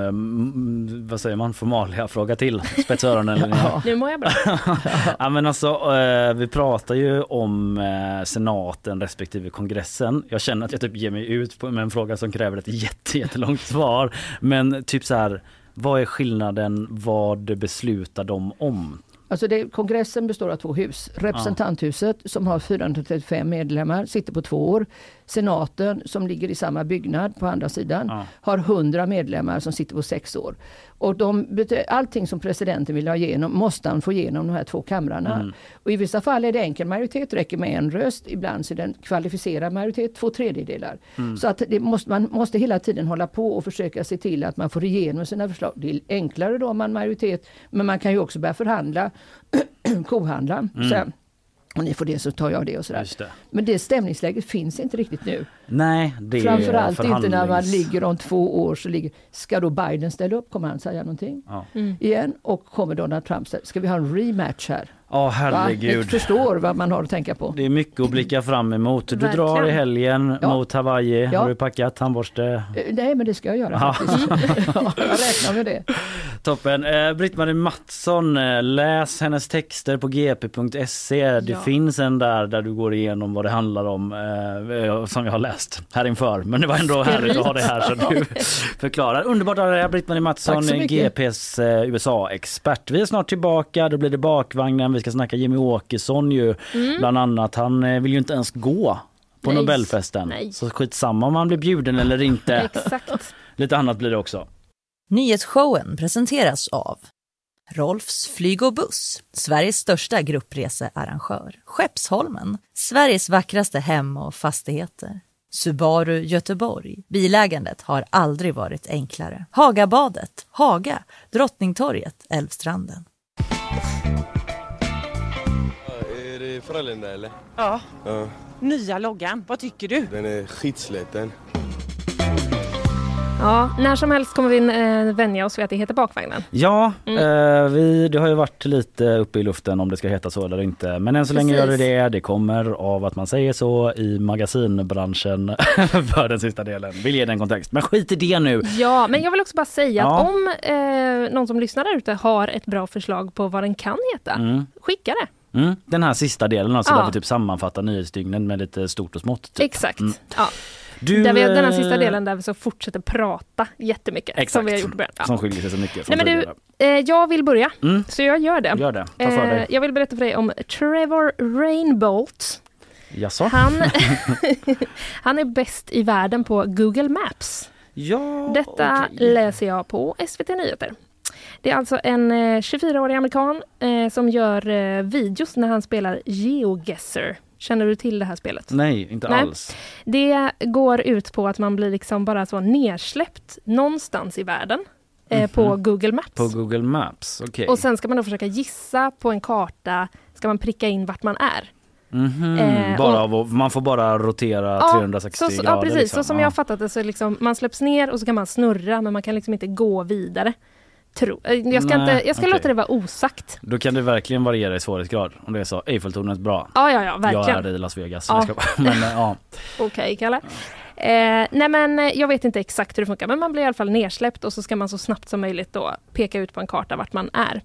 eh, vad säger man, formalia fråga till spetsöron eller ja. Nu mår jag bra. Ja, men alltså, eh, vi pratar ju om eh, senaten respektive kongressen. Jag känner att jag typ ger mig ut på, med en fråga som kräver ett jätte, jättelångt svar. Men typ så här, vad är skillnaden, vad beslutar de om? Alltså det, kongressen består av två hus. Representanthuset som har fyrahundratrettiofem medlemmar, sitter på två år. Senaten, som ligger i samma byggnad på andra sidan, Ja. har hundra medlemmar som sitter på sex år. Och de, allting som presidenten vill ha igenom måste han få igenom de här två kamrarna. Mm. Och i vissa fall är det enkel majoritet, räcker med en röst. Ibland så är det en kvalificerad majoritet, två tredjedelar. Mm. Så att det måste, man måste hela tiden hålla på och försöka se till att man får igenom sina förslag. Det är enklare då om man majoritet, men man kan ju också börja förhandla, kohandla. Mm. Så, och ni får det så tar jag det och sådär. Just det. Men det stämningsläget finns inte riktigt nu. Nej, det är Framförallt inte när man förhandlings- ligger om två år så ligger, ska då Biden ställa upp, kommer han säga någonting Ja. mm. igen, och kommer Donald Trump säga, ska vi ha en rematch här? Ja, herregud. Jag förstår vad man har att tänka på. Det är mycket att blicka fram emot. Du Verkligen. drar i helgen Ja. mot Hawaii. Ja. Har du packat tandborste? Eh, Nej, men det ska jag göra Ja. faktiskt. Ja, jag räknar med det. Toppen. Eh, Britt-Marie Mattsson, eh, läs hennes texter på g p punkt se. Det Ja. finns en där där du går igenom vad det handlar om eh, som jag har läst här inför. Men det var ändå härligt att ha det här så du förklarar. Underbart att ha dig, Britt-Marie Mattsson, Tack så mycket. G P:s eh, U S A-expert. Vi är snart tillbaka, då blir det bakvagnen. Vi ska snacka Jimmy Åkesson ju Mm. bland annat. Han eh, vill ju inte ens gå på Nej. Nobelfesten. Nej. Så skitsamma om man blir bjuden eller inte. Exakt. Lite annat blir det också. Nyhetsshowen presenteras av Rolfs flyg och buss, Sveriges största gruppresearrangör. Skeppsholmen, Sveriges vackraste hem och fastigheter. Subaru Göteborg. Bilägandet har aldrig varit enklare. Hagabadet, Haga, Drottningtorget, Älvstranden. Är det Frölunda eller? Ja. Ja, Nya loggan, vad tycker du? den är skitsliten. Ja, när som helst kommer vi äh, vänja oss vid att det heter bakvagnen. Ja, Mm. eh, vi, det har ju varit lite uppe i luften om det ska heta så eller inte. Men än så länge gör det Precis. det. Det kommer av att man säger så i magasinbranschen för den sista delen. Vill ge den kontext. Men skit i det nu. Ja, men jag vill också bara säga Ja. att om eh, någon som lyssnar där ute har ett bra förslag på vad den kan heta, Mm. skicka det. Mm, den här sista delen alltså Ja. där vi typ sammanfattar nyhetsdygnen med lite stort och smått. Typ. Exakt. Mm. Ja. Du, där vi, den här eh, sista delen där vi så fortsätter prata jättemycket. Exakt. Som vi har gjort i början. Ja. Som skiljer sig så mycket från Nej, men du, tidigare. eh, jag vill börja. Mm. Så jag gör det. Gör det. Ta för dig. Eh, jag vill berätta för dig om Trevor Rainbolt. Jaså? Han, han är bäst i världen på Google Maps. Ja, Detta okej. läser jag på S V T Nyheter. Det är alltså en eh, tjugofyraårig amerikan eh, som gör eh, videos när han spelar GeoGuessr. Känner du till det här spelet? Nej, inte Nej. alls. Det går ut på att man blir liksom bara så nersläppt någonstans i världen eh, Mhm. på Google Maps. På Google Maps, okej. Och sen ska man då försöka gissa på en karta, ska man pricka in vart man är. Mhm, Eh, bara och- av, att- man får bara rotera Ja, trehundrasextio så, så, grader. ja, precis. Liksom. Så som Ja. jag har fattat det så liksom, man släpps ner och så kan man snurra, men man kan liksom inte gå vidare. Tro. eh, Jag ska, Nej, inte, jag ska okej. låta det vara osagt. Då kan det verkligen variera i svårighetsgrad. Om det är så, Eiffeltornet bra. Ja, ja, ja, verkligen. Jag är i Las Vegas. Ja. Jag ska bara- Men, eh, ja. Okej, Kalle. Eh, nej men eh, jag vet inte exakt hur det funkar, men man blir i alla fall nersläppt och så ska man så snabbt som möjligt då peka ut på en karta vart man är.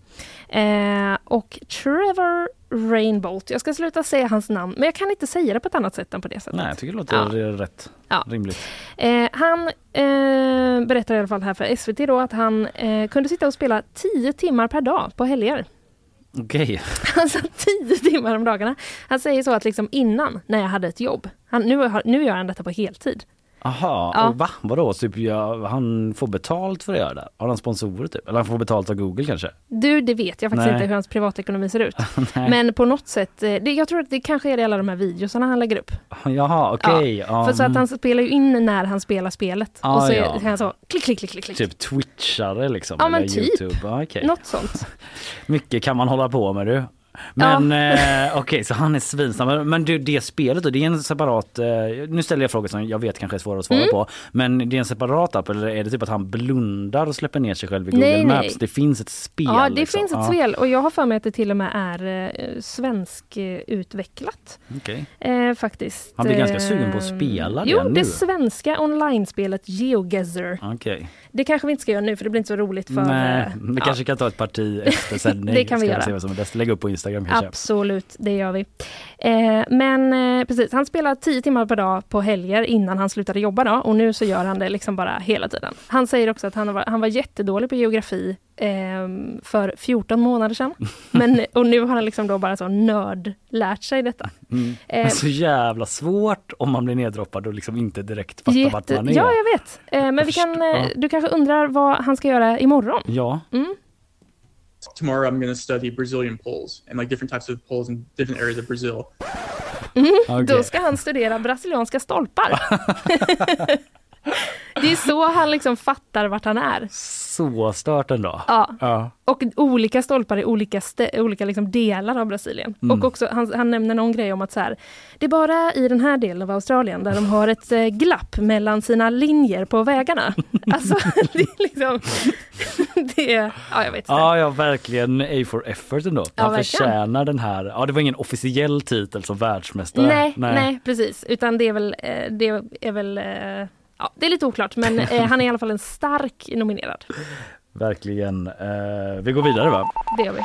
Eh, och Trevor Rainbolt, jag ska sluta säga hans namn, men jag kan inte säga det på ett annat sätt än på det sättet. Nej, jag tycker det låter Ja. rätt Ja. rimligt. Eh, han eh, berättar i alla fall här för S V T då att han eh, kunde sitta och spela tio timmar per dag på helger. Okej. Alltså tio timmar om dagarna. Han säger så att liksom innan, när jag hade ett jobb, han, nu, har- nu gör han detta på heltid. Aha, Ja. och va? Vadå? Typ, ja, han får betalt för att göra det? Har han sponsorer typ? Eller han får betalt av Google kanske? Du, det vet jag faktiskt Nej. inte hur hans privatekonomi ser ut. Nej. Men på något sätt, eh, det, jag tror att det kanske är i alla de här videosarna han lägger upp. Jaha, okej. Ja, för så att han spelar ju in när han spelar spelet. Ah, och så är ja. han så, klick, klick, klick, klick, klick. Typ twitchare liksom? Ja, men eller typ. YouTube? Ah, okej. Något sånt. Mycket kan man hålla på med du. Men eh, okej, så han är svinsnabb. Men du, det spelet då, det är en separat... Eh, nu ställer jag frågor som jag vet kanske är svåra att svara Mm. på. Men det är en separat app, eller är det typ att han blundar och släpper ner sig själv i Google Nej, Maps? nej. Det finns ett spel. Ja, det liksom. finns ett Ja. spel och jag har för mig att det till och med är eh, svensk eh, utvecklat. Okej. Eh, faktiskt. Han blir ganska Eh, sugen på att spela det Jo, nu. det svenska online-spelet GeoGuessr. Okej. Det kanske vi inte ska göra nu för det blir inte så roligt för... Nej, eh, vi ja. kanske kan ta ett parti efter sändning. Det kan vi Ska göra. Se vad som är bäst. Lägga upp på Instagram kanske. Absolut, det gör vi. Eh, men eh, precis, han spelar tio timmar per dag på helger innan han slutade jobba då, och nu så gör han det liksom bara hela tiden. Han säger också att han var, han var jättedålig på geografi eh, för fjorton månader sedan. Men, och nu har han liksom då bara så nörd lärt sig detta. Mm. Eh, Men så jävla svårt om man blir neddroppad och liksom inte direkt fattar jätte, vart man är. Ja, jag vet. Eh, men vi kan, eh, du kanske undrar vad han ska göra imorgon? Ja. Mm. Tomorrow I'm going to study Brazilian poles and like different types of poles in different areas of Brazil. Mm. Okay. Då ska han studera brasilianska stolpar. Det är så han liksom fattar vart han är. Så stört ändå. Ja. Ja. Och olika stolpar i olika, stä- olika liksom delar av Brasilien. Mm. Och också, han, han nämner någon grej om att så här, det är bara i den här delen av Australien där de har ett eh, glapp mellan sina linjer på vägarna. Alltså, det är liksom... det är, ja, jag vet inte. Ja, ja, verkligen A for effort ändå. Ja, Han verkligen. förtjänar den här. Ja, det var ingen officiell titel som världsmästare. Nej, nej, nej, precis. Utan det är väl... Eh, det är väl eh, ja, det är lite oklart, men eh, han är i alla fall en stark nominerad. Verkligen. Eh, vi går vidare, va? Det gör vi.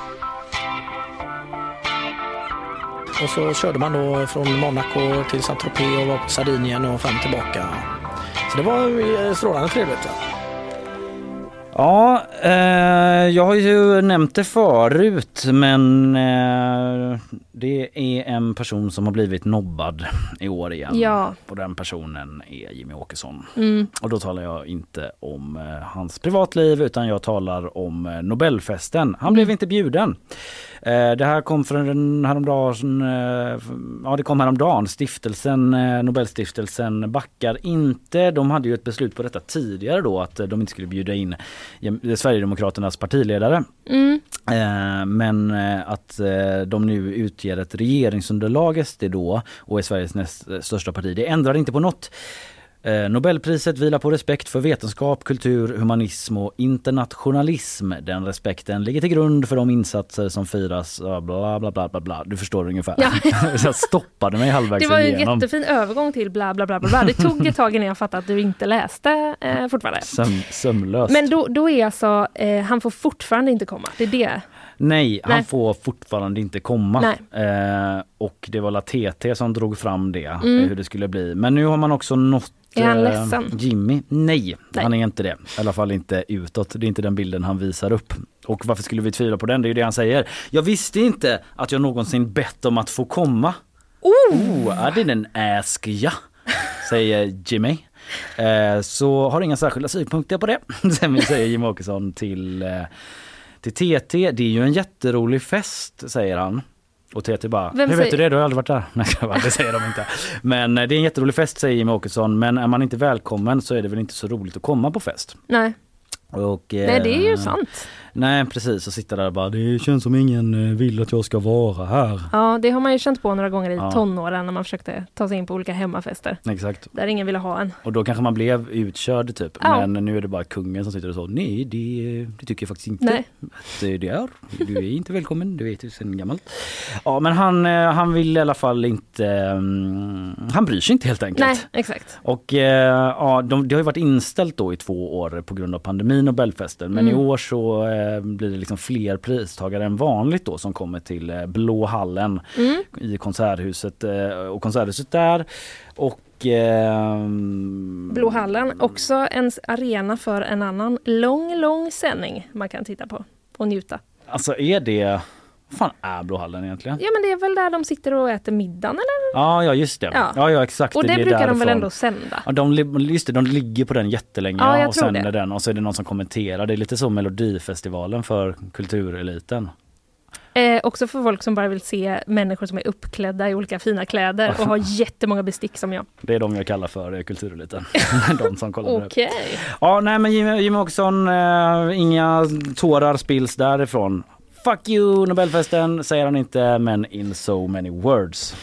Och så körde man då från Monaco till Saint-Tropez och var på Sardinien och fram tillbaka. Så det var ju strålande trevligt. Ja. Ja, eh, jag har ju nämnt det förut, men eh, det är en person som har blivit nobbad i år igen. Ja. Och den personen är Jimmy Åkesson. Mm. Och då talar jag inte om eh, hans privatliv, utan jag talar om eh, Nobelfesten. Han blev inte bjuden. Eh, det här kom från häromdagen, eh, ja det kom häromdagen. Stiftelsen, eh, Nobelstiftelsen backar inte. De hade ju ett beslut på detta tidigare då, att eh, de inte skulle bjuda in eh, Sverigedemokraternas partiledare. Mm. Eh, men eh, att eh, de nu utger ett regeringsunderlag S D då och är Sveriges näst största parti. Det ändrar inte på något. Eh, Nobelpriset vilar på respekt för vetenskap, kultur, humanism och internationalism. Den respekten ligger till grund för de insatser som firas. Bla bla bla bla bla. Du förstår ungefär. Ja. Jag stoppade mig halvvägs Det var ju en igenom. jättefin övergång till bla bla bla bla. Det tog ett tag innan jag fattade att du inte läste eh, fortfarande. Söm, sömlöst. Men då, då är alltså, eh, han får fortfarande inte komma. Det är det. Nej, han Nej. får fortfarande inte komma. Eh, och det var La T T som drog fram det, Mm. eh, hur det skulle bli. Men nu har man också nått Är han eh, ledsen? Jimmy. Nej, Nej, han är inte det. I alla fall inte utåt. Det är inte den bilden han visar upp. Och varför skulle vi tvivla på den? Det är ju det han säger. Jag visste inte att jag någonsin bett om att få komma. Oh, oh I didn't ask ya, säger Jimmy. Eh, så har inga särskilda synpunkter på det. Sen säger Jimmy Åkesson till... Eh, Till T T, det är ju en jätterolig fest, säger han. Och T T bara, Vem hur vet säger... du det? Du har aldrig varit där. Nej, det säger de inte. Men det är en jätterolig fest, säger Jimmy Åkesson. Men är man inte välkommen så är det väl inte så roligt att komma på fest. Nej. Och, Nej, det är ju eh, sant. Nej, precis. Och sitter där och bara, det känns som ingen vill att jag ska vara här. Ja, det har man ju känt på några gånger i Ja. tonåren när man försökte ta sig in på olika hemmafester. Exakt. Där ingen ville ha en. Och då kanske man blev utkörd typ. Ja. Men nu är det bara kungen som sitter och så, nej det, det tycker jag faktiskt inte. Nej. Att det är, du är inte välkommen, du vet ju sen gammalt. Ja, men han, eh, han vill i alla fall inte, um, han bryr sig inte helt enkelt. Nej, exakt. Och eh, ja, de, det har ju varit inställt då i två år på grund av pandemin och Nobelfesten. Men Mm. i år så eh, blir det liksom fler pristagare än vanligt då som kommer till eh, Blå hallen Mm. i konserthuset eh, och konserthuset där. Och eh, Blå hallen, också en arena för en annan lång, lång sändning man kan titta på och njuta. alltså är det, vad fan är Blå hallen egentligen? Ja, men det är väl där de sitter och äter middagen, eller? Ja, ja just det. Ja. Ja, ja exakt. Och det, är brukar de väl därifrån. ändå sända? Ja, de, li- just det, de ligger på den jättelänge Ja, jag och tror sänder det. den och så är det någon som kommenterar. Det är lite som Melodifestivalen för kultureliten. Eh, också för folk som bara vill se människor som är uppklädda i olika fina kläder och har jättemånga bestick som jag. Det är de jag kallar för eh, kultureliten. De som kollar på det. Okej. Ja, nej men Jimmy, Jimmy Åkesson, eh, inga tårar spills därifrån. Fuck you Nobelfesten, säger han inte, men in so many words.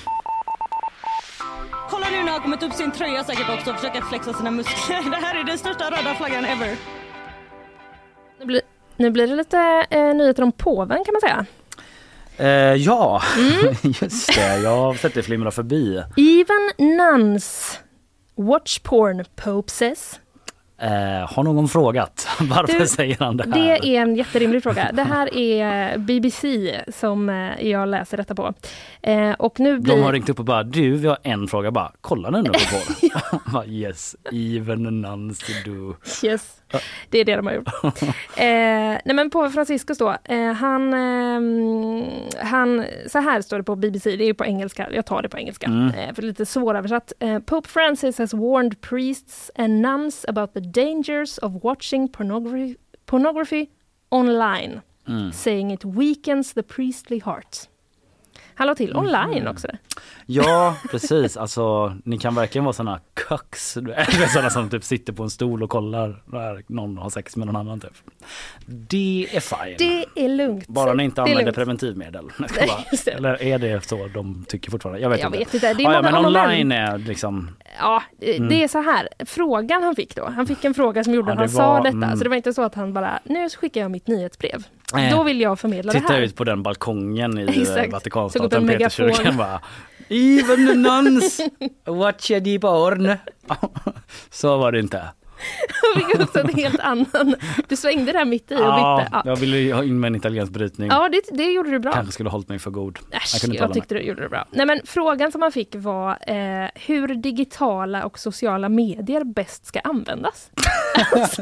Kolla nu när han kommit upp sin tröja säkert också och försöker flexa sina muskler. Det här är den största röda flaggan ever. Nu blir, nu blir det lite eh, nyheter om påven kan man säga. Eh, ja, Mm. just det. Jag har sett det flimra förbi. Even nuns watch porn, Pope says. Eh, har någon frågat? Varför Du, säger han det här? Det är en jätterimlig fråga. Det här är B B C som jag läser detta på. Eh, och nu blir... De har ringt upp och bara, du, vi har en fråga, bara, kolla nu på porr. Yes, even Nancy do. Yes, det är det de har gjort. eh, nej men på Franciscus då, eh, han, eh, han, så här står det på B B C, det är på engelska, jag tar det på engelska, mm. eh, för lite svåröversatt. Eh, Pope Francis has warned priests and nuns about the dangers of watching pornography, pornography online, mm. saying it weakens the priestly heart. Han la till online mm. också. Ja, precis. Alltså, ni kan verkligen vara såna cucks. Sådana som typ sitter på en stol och kollar när någon har sex med någon annan typ. Det är fine. Det är lugnt. Bara ni inte använder preventivmedel. Bara, eller är det så de tycker fortfarande? Jag vet jag inte. Vet inte. Det är ja, ja, men online men... är liksom... Ja, mm. det är så här. Frågan han fick då. Han fick en fråga som gjorde ja, att han var, sa detta. Mm. Så det var inte så att han bara, nu skickar jag mitt nyhetsbrev. Äh, Då vill jag förmedla det här. Titta ut på den balkongen i Exakt. Vatikanstaten, Peterskyrkan bara, even the nuns watch the porn. Så var det inte. Jag fick också en helt annan. Du svängde där mitt i och ja, bytte. Ja, jag ville ha in med en italiensk brytning. Ja, det, det gjorde du bra. Kanske skulle ha hållit mig för god. Äsch, jag, jag tyckte du gjorde det bra. Nej, men frågan som man fick var eh, hur digitala och sociala medier bäst ska användas. Alltså,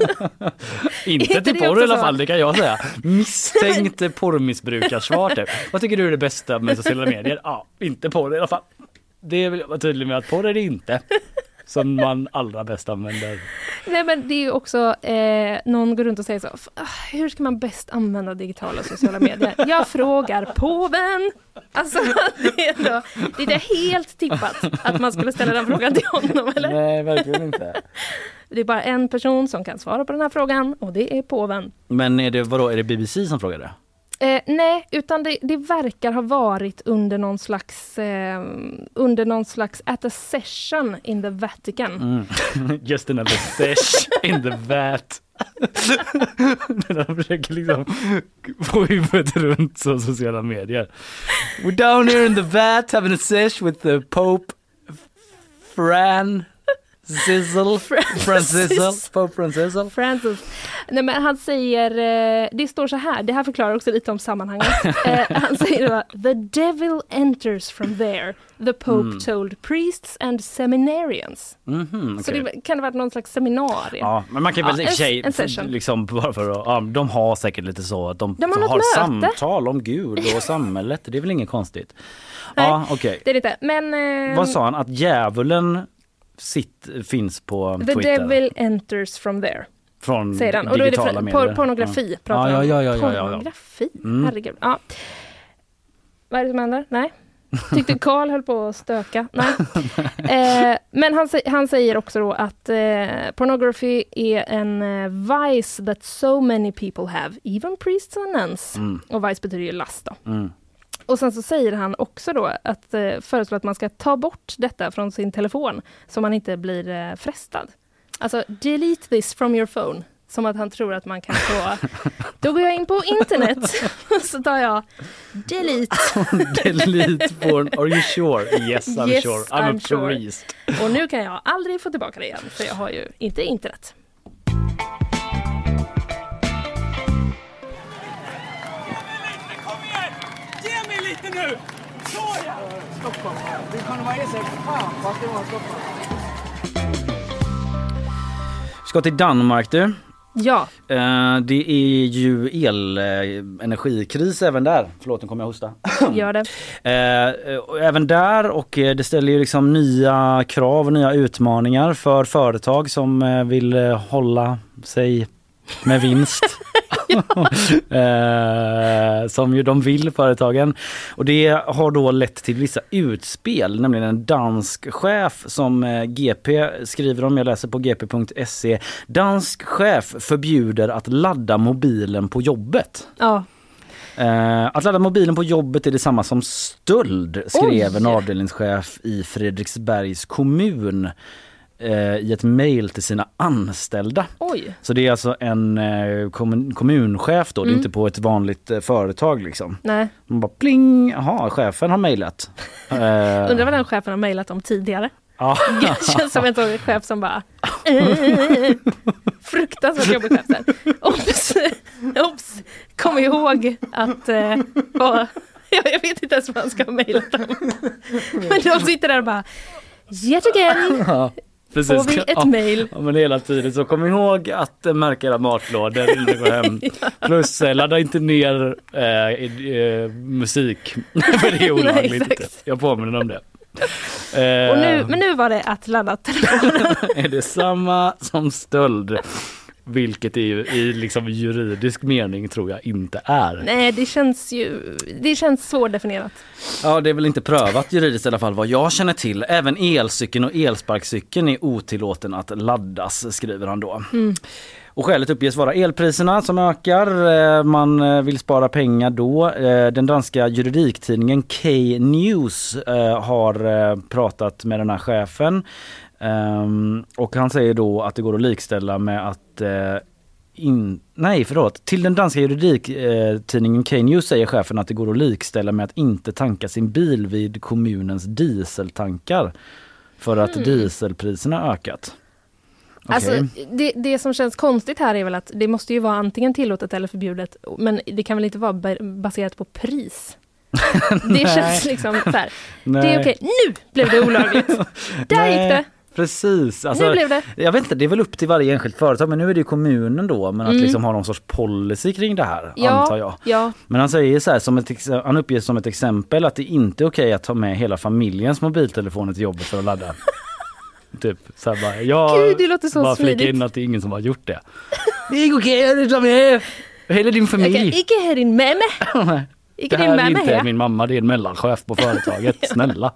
inte till porr i alla fall, det kan jag säga. Misstänkt porrmissbrukarsvar typ. Vad tycker du är det bästa med sociala medier? Ja, inte porr i alla fall. Det vill jag vara tydlig med att porr är det inte. Som man allra bäst använder. Nej, men det är ju också eh, någon går runt och säger så, hur ska man bäst använda digitala och sociala medier? Jag frågar påven. Alltså det är, då, det är helt tippat att man skulle ställa den frågan till honom, eller? Nej, verkligen inte. Det är bara en person som kan svara på den här frågan och det är påven. Men är det, vadå, är det B B C som frågar det? Eh, nej, utan det, det verkar ha varit under någon slags eh, under någon slags at a session in the Vatican. Mm. Just another sesh in the vat. De försöker liksom få huvudet runt så sociala medier. We're down here in the vat having a sesh with the Pope Fran Sizzle, Francis, Pope Francis. Francis. Nej, men han säger, det står så här, det här förklarar också lite om sammanhanget. Han säger då, the devil enters from there, the Pope mm. told priests and seminarians. Mm-hmm, okay. Så det kan det vara någon slags seminarium. Ja, men man kan väl ja, i och för sig, liksom bara för att, ja, de har säkert lite så att de, de har, har samtal om Gud och samhället, det är väl inget konstigt. Nej, ja, okej. Okay. Det är det inte, men... Eh, vad sa han? Att djävulen sitt finns på The Twitter. The devil enters from there. Från sedan. Och då är det för, por- pornografi. Ja. Pratar ja, ja, ja, ja, ja, pornografi? Ja. Mm. Herregud. Ja. Vad är det som händer? Nej. Tyckte Carl höll på att stöka? Nej. eh, men han, han säger också då att eh, pornography är en uh, vice that so many people have, even priests and nuns. Mm. Och vice betyder ju last då. Mm. Och sen så säger han också då att eh, föreslå att man ska ta bort detta från sin telefon så man inte blir eh, frestad. Alltså, delete this from your phone. Som att han tror att man kan få... Då går jag in på internet och så tar jag delete. Delete porn. Are you sure? Yes, I'm yes, sure. I'm, I'm a priest. Sure. Och nu kan jag aldrig få tillbaka det igen för jag har ju inte internet. Lite nu! Så ja! Stockholm. Vi kan vara så fan fast det var Stockholm. Ska till Danmark du. Ja. Uh, det är ju elenergikris även där. Förlåt, nu kommer jag hosta. Gör det. Uh, även där, och det ställer ju liksom nya krav och nya utmaningar för företag som uh, vill uh, hålla sig med vinst. eh, som ju de vill, företagen. Och det har då lett till vissa utspel, nämligen en dansk chef som eh, G P skriver om, jag läser på g p punkt se. Dansk chef förbjuder att ladda mobilen på jobbet. Ja. Eh, att ladda mobilen på jobbet är detsamma som stöld, skrev Oj. en avdelningschef i Fredriksbergs kommun i ett mejl till sina anställda. Oj. Så det är alltså en eh, kommun, kommunchef då, mm. det är inte på ett vanligt eh, företag liksom. Nej. Man bara pling, jaha, chefen har mejlat. Undrar vad den chefen har mejlat om tidigare. Ja. Det känns som en sån chef som bara eh, fruktansvärt jobbig chef där. Ops, ops, kom ihåg att eh, bara, jag vet inte ens vad han ska ha mejlat om. Men de sitter där och bara yet again. Ja. Precis. Får vi ett ja, mejl? Ja, men hela tiden så kom ihåg att äh, märka era matlådor innan du går hem. Ja. Plus äh, ladda inte ner äh, äh, musik. För det är olagligt. Nej, jag påminner om det. Äh, Och nu, men nu var det att ladda telefonen. Är det samma som stöld? Vilket är ju i liksom juridisk mening tror jag inte är. Nej, det känns ju det känns svårdefinierat. Ja, det är väl inte prövat juridiskt i alla fall vad jag känner till. Även elcykeln och elsparkcykeln är otillåten att laddas, skriver han då. Mm. Och skälet uppges vara elpriserna som ökar. Man vill spara pengar då. Den danska juridiktidningen K-News har pratat med den här chefen. Um, och han säger då att det går att likställa med att uh, in, nej förlåt, till den danska juridiktidningen uh, K-News säger chefen att det går att likställa med att inte tanka sin bil vid kommunens dieseltankar för att mm. dieselpriserna ökat. Okay. Alltså det, det som känns konstigt här är väl att det måste ju vara antingen tillåtet eller förbjudet, men det kan väl inte vara baserat på pris. Det känns liksom så här. Det är okej, nu blev det olagligt. Där gick det. Precis. Alltså, nu blev det. Jag vet inte, det är väl upp till varje enskilt företag, men nu är det ju kommunen då, men mm. att liksom ha någon sorts policy kring det här, ja, antar jag. Ja. Men han säger så här, som ett, han uppger som ett exempel att det inte är okej att ta med hela familjens mobiltelefoner till jobbet för att ladda. Typ så här bara, jag Gud, det låter så bara flika in att det är ingen som har gjort det. Det är okej att ta med hela din familj. Okay, inte här din mamma. Det här är inte min mamma, det är en mellanchef på företaget. Ja. Snälla.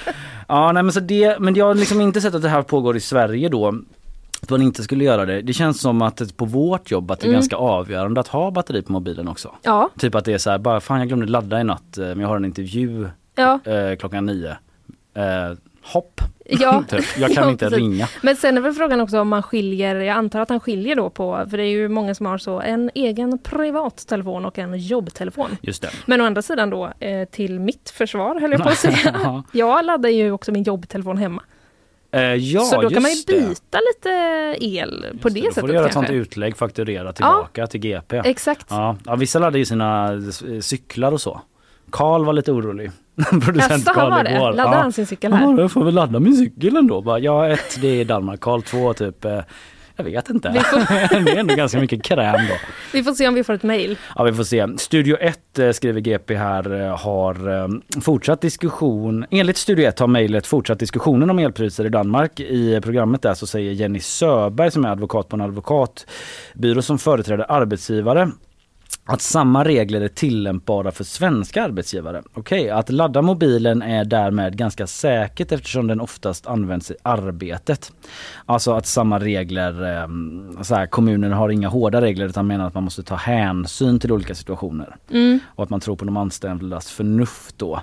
Ja, nej, men, så det, men jag har liksom inte sett att det här pågår i Sverige då. Att man inte skulle göra det. Det känns som att det på vårt jobb att det är mm. ganska avgörande att ha batteri på mobilen också. Ja. Typ att det är så här, bara fan jag glömde ladda i natt, men jag har en intervju ja. eh, klockan nio. Eh, hopp. Ja. Typ. Jag kan ja, inte precis. ringa. Men sen är väl frågan också om man skiljer, jag antar att han skiljer då på, för det är ju många som har så en egen privattelefon och en jobbtelefon. Just det. Men å andra sidan då, eh, till mitt försvar höll jag på att säga. Jag laddar ju också min jobbtelefon hemma. Eh, ja, så då kan man ju byta det. lite el just på det, det sättet. Då får du göra kanske. ett sånt utlägg, fakturera tillbaka ja, till G P. Exakt. Ja, ja, vissa laddar ju sina cyklar och så. Karl var lite orolig. Producent Karl var det. Laddar ja. han sin cykel här? Ja, jag får väl ladda min cykel ändå. Bara, ja, ett, det är Danmark. Karl två, typ, eh, jag vet inte. Får... det är ändå ganska mycket kräm då. Vi får se om vi får ett mejl. Ja, vi får se. Studio ett, eh, skriver G P här, eh, har eh, fortsatt diskussion. Enligt Studio ett har mejlet fortsatt diskussionen om elpriser i Danmark. I programmet där så säger Jenny Söberg, som är advokat på en advokatbyrå som företräder arbetsgivare, att samma regler är tillämpbara för svenska arbetsgivare. Okej, okay, att ladda mobilen är därmed ganska säkert eftersom den oftast används i arbetet. Alltså att samma regler, så här, kommunen har inga hårda regler utan menar att man måste ta hänsyn till olika situationer. Mm. Och att man tror på de anställdas förnuft då.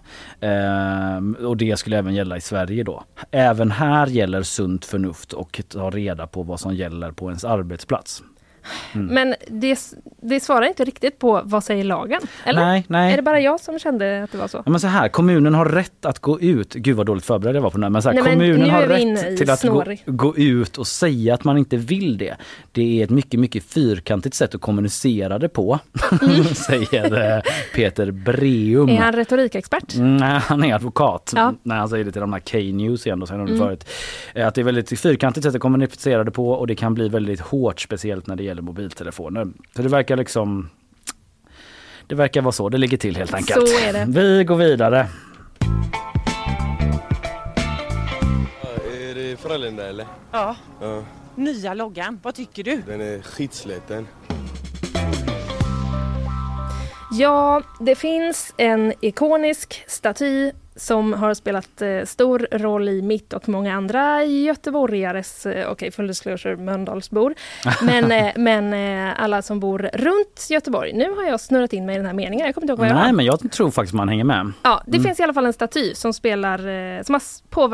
Ehm, och det skulle även gälla i Sverige då. Även här gäller sunt förnuft och ta reda på vad som gäller på ens arbetsplats. Mm. Men det, det svarar inte riktigt på vad säger lagen, eller? Nej, nej. Är det bara jag som kände att det var så? Ja, men så här, kommunen har rätt att gå ut. Gud vad dåligt förberedd jag var på det här. Men så här, nej, kommunen men har rätt till att gå, gå ut och säga att man inte vill det. Det är ett mycket, mycket fyrkantigt sätt att kommunicera det på, mm. säger Peter Breum. Är han retorikexpert? Mm, nej, han är advokat. Ja. När han säger det till de här K-News igen, då säger de mm. förut. Att det är väldigt fyrkantigt sätt att kommunicera det på och det kan bli väldigt hårt, speciellt när det gäller mobiltelefoner. Så det verkar liksom det verkar vara så det ligger till helt enkelt. Så är det. Vi går vidare. Är det Frölunda eller? Ja. ja. Nya loggan. Vad tycker du? Den är skitsliten. Ja, det finns en ikonisk staty som har spelat eh, stor roll i mitt och många andra göteborgares, eh, okej, okay, full disclosure, Mölndalsbor, men, eh, men eh, alla som bor runt Göteborg. Nu har jag snurrat in mig i den här meningen. Jag kommer inte ihåg vad jag Nej, var. men jag tror faktiskt man hänger med. Ja, det mm. finns i alla fall en staty som spelar, eh, som har påver-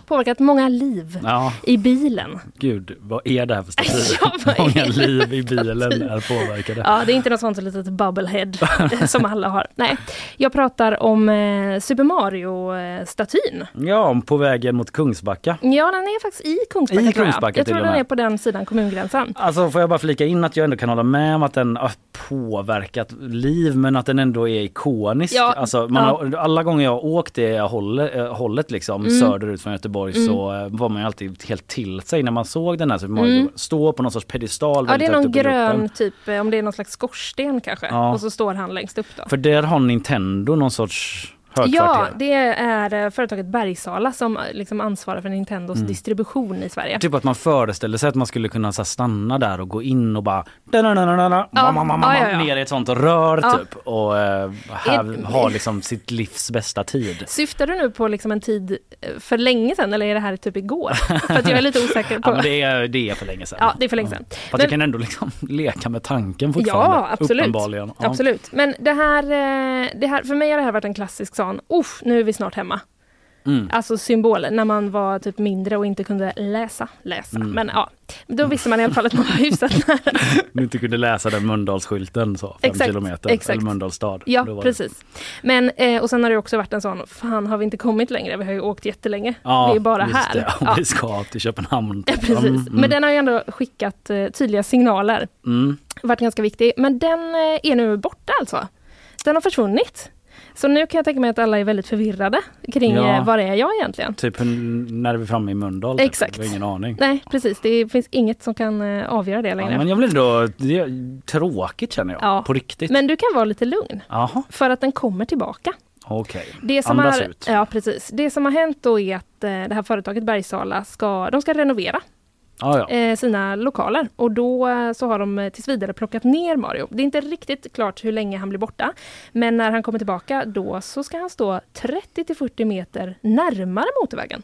påverkat många liv Ja. i bilen. Gud, vad är det här för stativ? Ja, vad är Många det liv i för bilen stativ? är påverkade. Ja, det är inte något sånt litet bubblehead som alla har. Nej, jag pratar om eh, Super Mario-statyn. Ja, på vägen mot Kungsbacka. Ja, den är faktiskt i Kungsbacka, I tror jag. Kungsbacka Jag till tror och den med. är på den sidan kommungränsen. Alltså får jag bara flika in att jag ändå kan hålla med om att den har påverkat liv, men att den ändå är ikonisk. Ja, Alltså, man ja. har, alla gånger jag har åkt det hållet, eh, hållet liksom, Mm. söderut från Göteborg Mm. så eh, var man ju alltid helt till sig när man såg den här Super Mario Mm. stå på någon sorts pedestal Ja, det väldigt är högt någon upp i grön luften. typ, eh, om det är någon slags skorsten kanske. Ja. Och så står han längst upp då. För där har Nintendo någon sorts högkvarter. Ja, det är eh, företaget Bergsala som eh, liksom ansvarar för Nintendos Mm. distribution i Sverige. Typ att man föreställer sig att man skulle kunna så här, stanna där och gå in och bara da-da-da-da-da, Ja, mamma, mamma, ja, ja, ja. ner i ett sånt rör Ja. typ och eh, här, Är- ha liksom sitt livs bästa tid. Syftar du nu på liksom en tid eh, för länge sedan eller är det här typ igår? För att jag är lite osäker på... Ja, men det, är, det är för länge sedan. Ja, det är för länge sedan. Fast Men- jag kan ändå liksom leka med tanken fortfarande. Ja, absolut. Uppenbarligen. Ja. Absolut. Men det här, eh, det här, för mig har det här varit en klassisk sån, uff, nu är vi snart hemma. Mm. Alltså symbol, när man var typ mindre och inte kunde läsa. läsa. Mm. Men ja, då visste man i alla fall att man var hyfsat nära. Du inte kunde läsa den Mölndalsskylten så, fem Exakt, kilometer. exakt. Eller Mölndals stad. Ja, Då var det- precis. Men, eh, och sen har det också varit en sån, fan har vi inte kommit längre? Vi har ju åkt jättelänge. Ja, vi är bara just här. Det. Ja. Vi ska till Köpenhamn. Ja, precis. Mm, mm. Men den har ju ändå skickat eh, tydliga signaler. Mm. Varit ganska viktig. Men den eh, är nu borta alltså. Den har försvunnit. Så nu kan jag tänka mig att alla är väldigt förvirrade kring Ja. eh, vad är jag egentligen? Typ när vi är framme i Mölndal. Typ. Exakt. Jag har ingen aning. Nej, precis. Det finns inget som kan eh, avgöra det längre. Ja, men jag vill ändå, det är tråkigt känner jag. Ja. På riktigt. Men du kan vara lite lugn. Jaha, För att den kommer tillbaka. okej. Det som Andas har, ut. ja, precis. Det som har hänt då är att eh, det här företaget Bergsala ska, de ska renovera Ja, ja. eh, sina lokaler. Och då eh, så har de eh, tills vidare plockat ner Mario. Det är inte riktigt klart hur länge han blir borta. Men när han kommer tillbaka då så ska han stå trettio till fyrtio meter närmare motorvägen.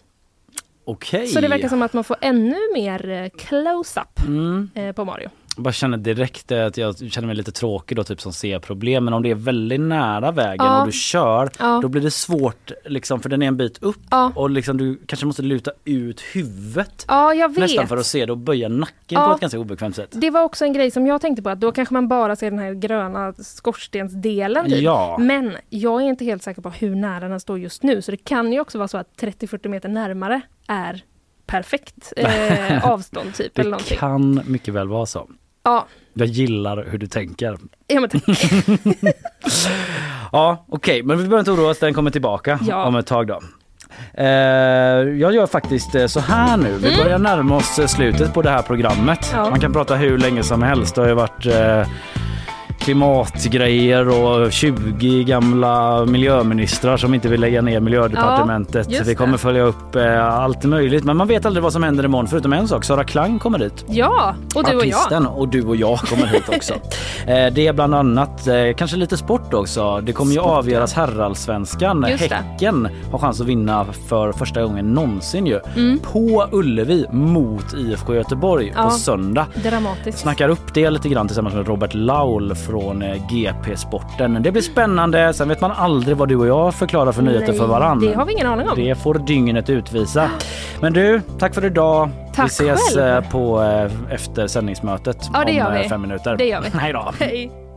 Okej. Så det verkar som att man får ännu mer eh, close-up Mm. eh, på Mario. Jag bara känner direkt att jag känner mig lite tråkig då, typ som ser problem. Men om det är väldigt nära vägen Ja. och du kör, Ja. då blir det svårt liksom, för den är en bit upp Ja. och liksom, du kanske måste luta ut huvudet Ja, jag vet. nästan för att se det och böja nacken Ja. på ett ganska obekvämt sätt. Det var också en grej som jag tänkte på, att då kanske man bara ser den här gröna skorstensdelen. Typ. Ja. Men jag är inte helt säker på hur nära den står just nu. Så det kan ju också vara så att trettio till fyrtio meter närmare är perfekt eh, avstånd typ. Det eller någonting. kan mycket väl vara så. Ja, Jag gillar hur du tänker. ja men tack. Ja, okej. Men vi behöver inte oroa oss, den kommer tillbaka Ja. om ett tag då. Eh, jag gör faktiskt eh, så här nu. Vi börjar närma oss eh, slutet på det här programmet. Ja. Man kan prata hur länge som helst. Det har ju varit eh, klimatgrejer och tjugo gamla miljöministrar som inte vill lägga ner miljödepartementet. Ja, just vi kommer det. följa upp eh, allt möjligt. Men man vet aldrig vad som händer imorgon, förutom en sak. Sara Klang kommer dit. Ja, och du och jag. Artisten, och du och jag kommer hit också. eh, det är bland annat eh, kanske lite sport också. Det kommer ju Sport, avgöras herrallsvenskan. Just det. Häcken har chans att vinna för första gången någonsin ju. Mm. På Ullevi mot I F K Göteborg Ja. på söndag. Dramatiskt. Snackar upp det lite grann tillsammans med Robert Laul från eh, G P-sporten. Det blir spännande. Sen vet man aldrig vad du och jag förklarar för nyheter Nej, för varann. det har vi ingen aning om. Det får dygnet utvisa. Men du, tack för idag. Tack vi ses själv. eh, på eh, efter sändningsmötet Ja, det om gör eh, vi. fem minuter. Det gör vi. Hej då. Hej.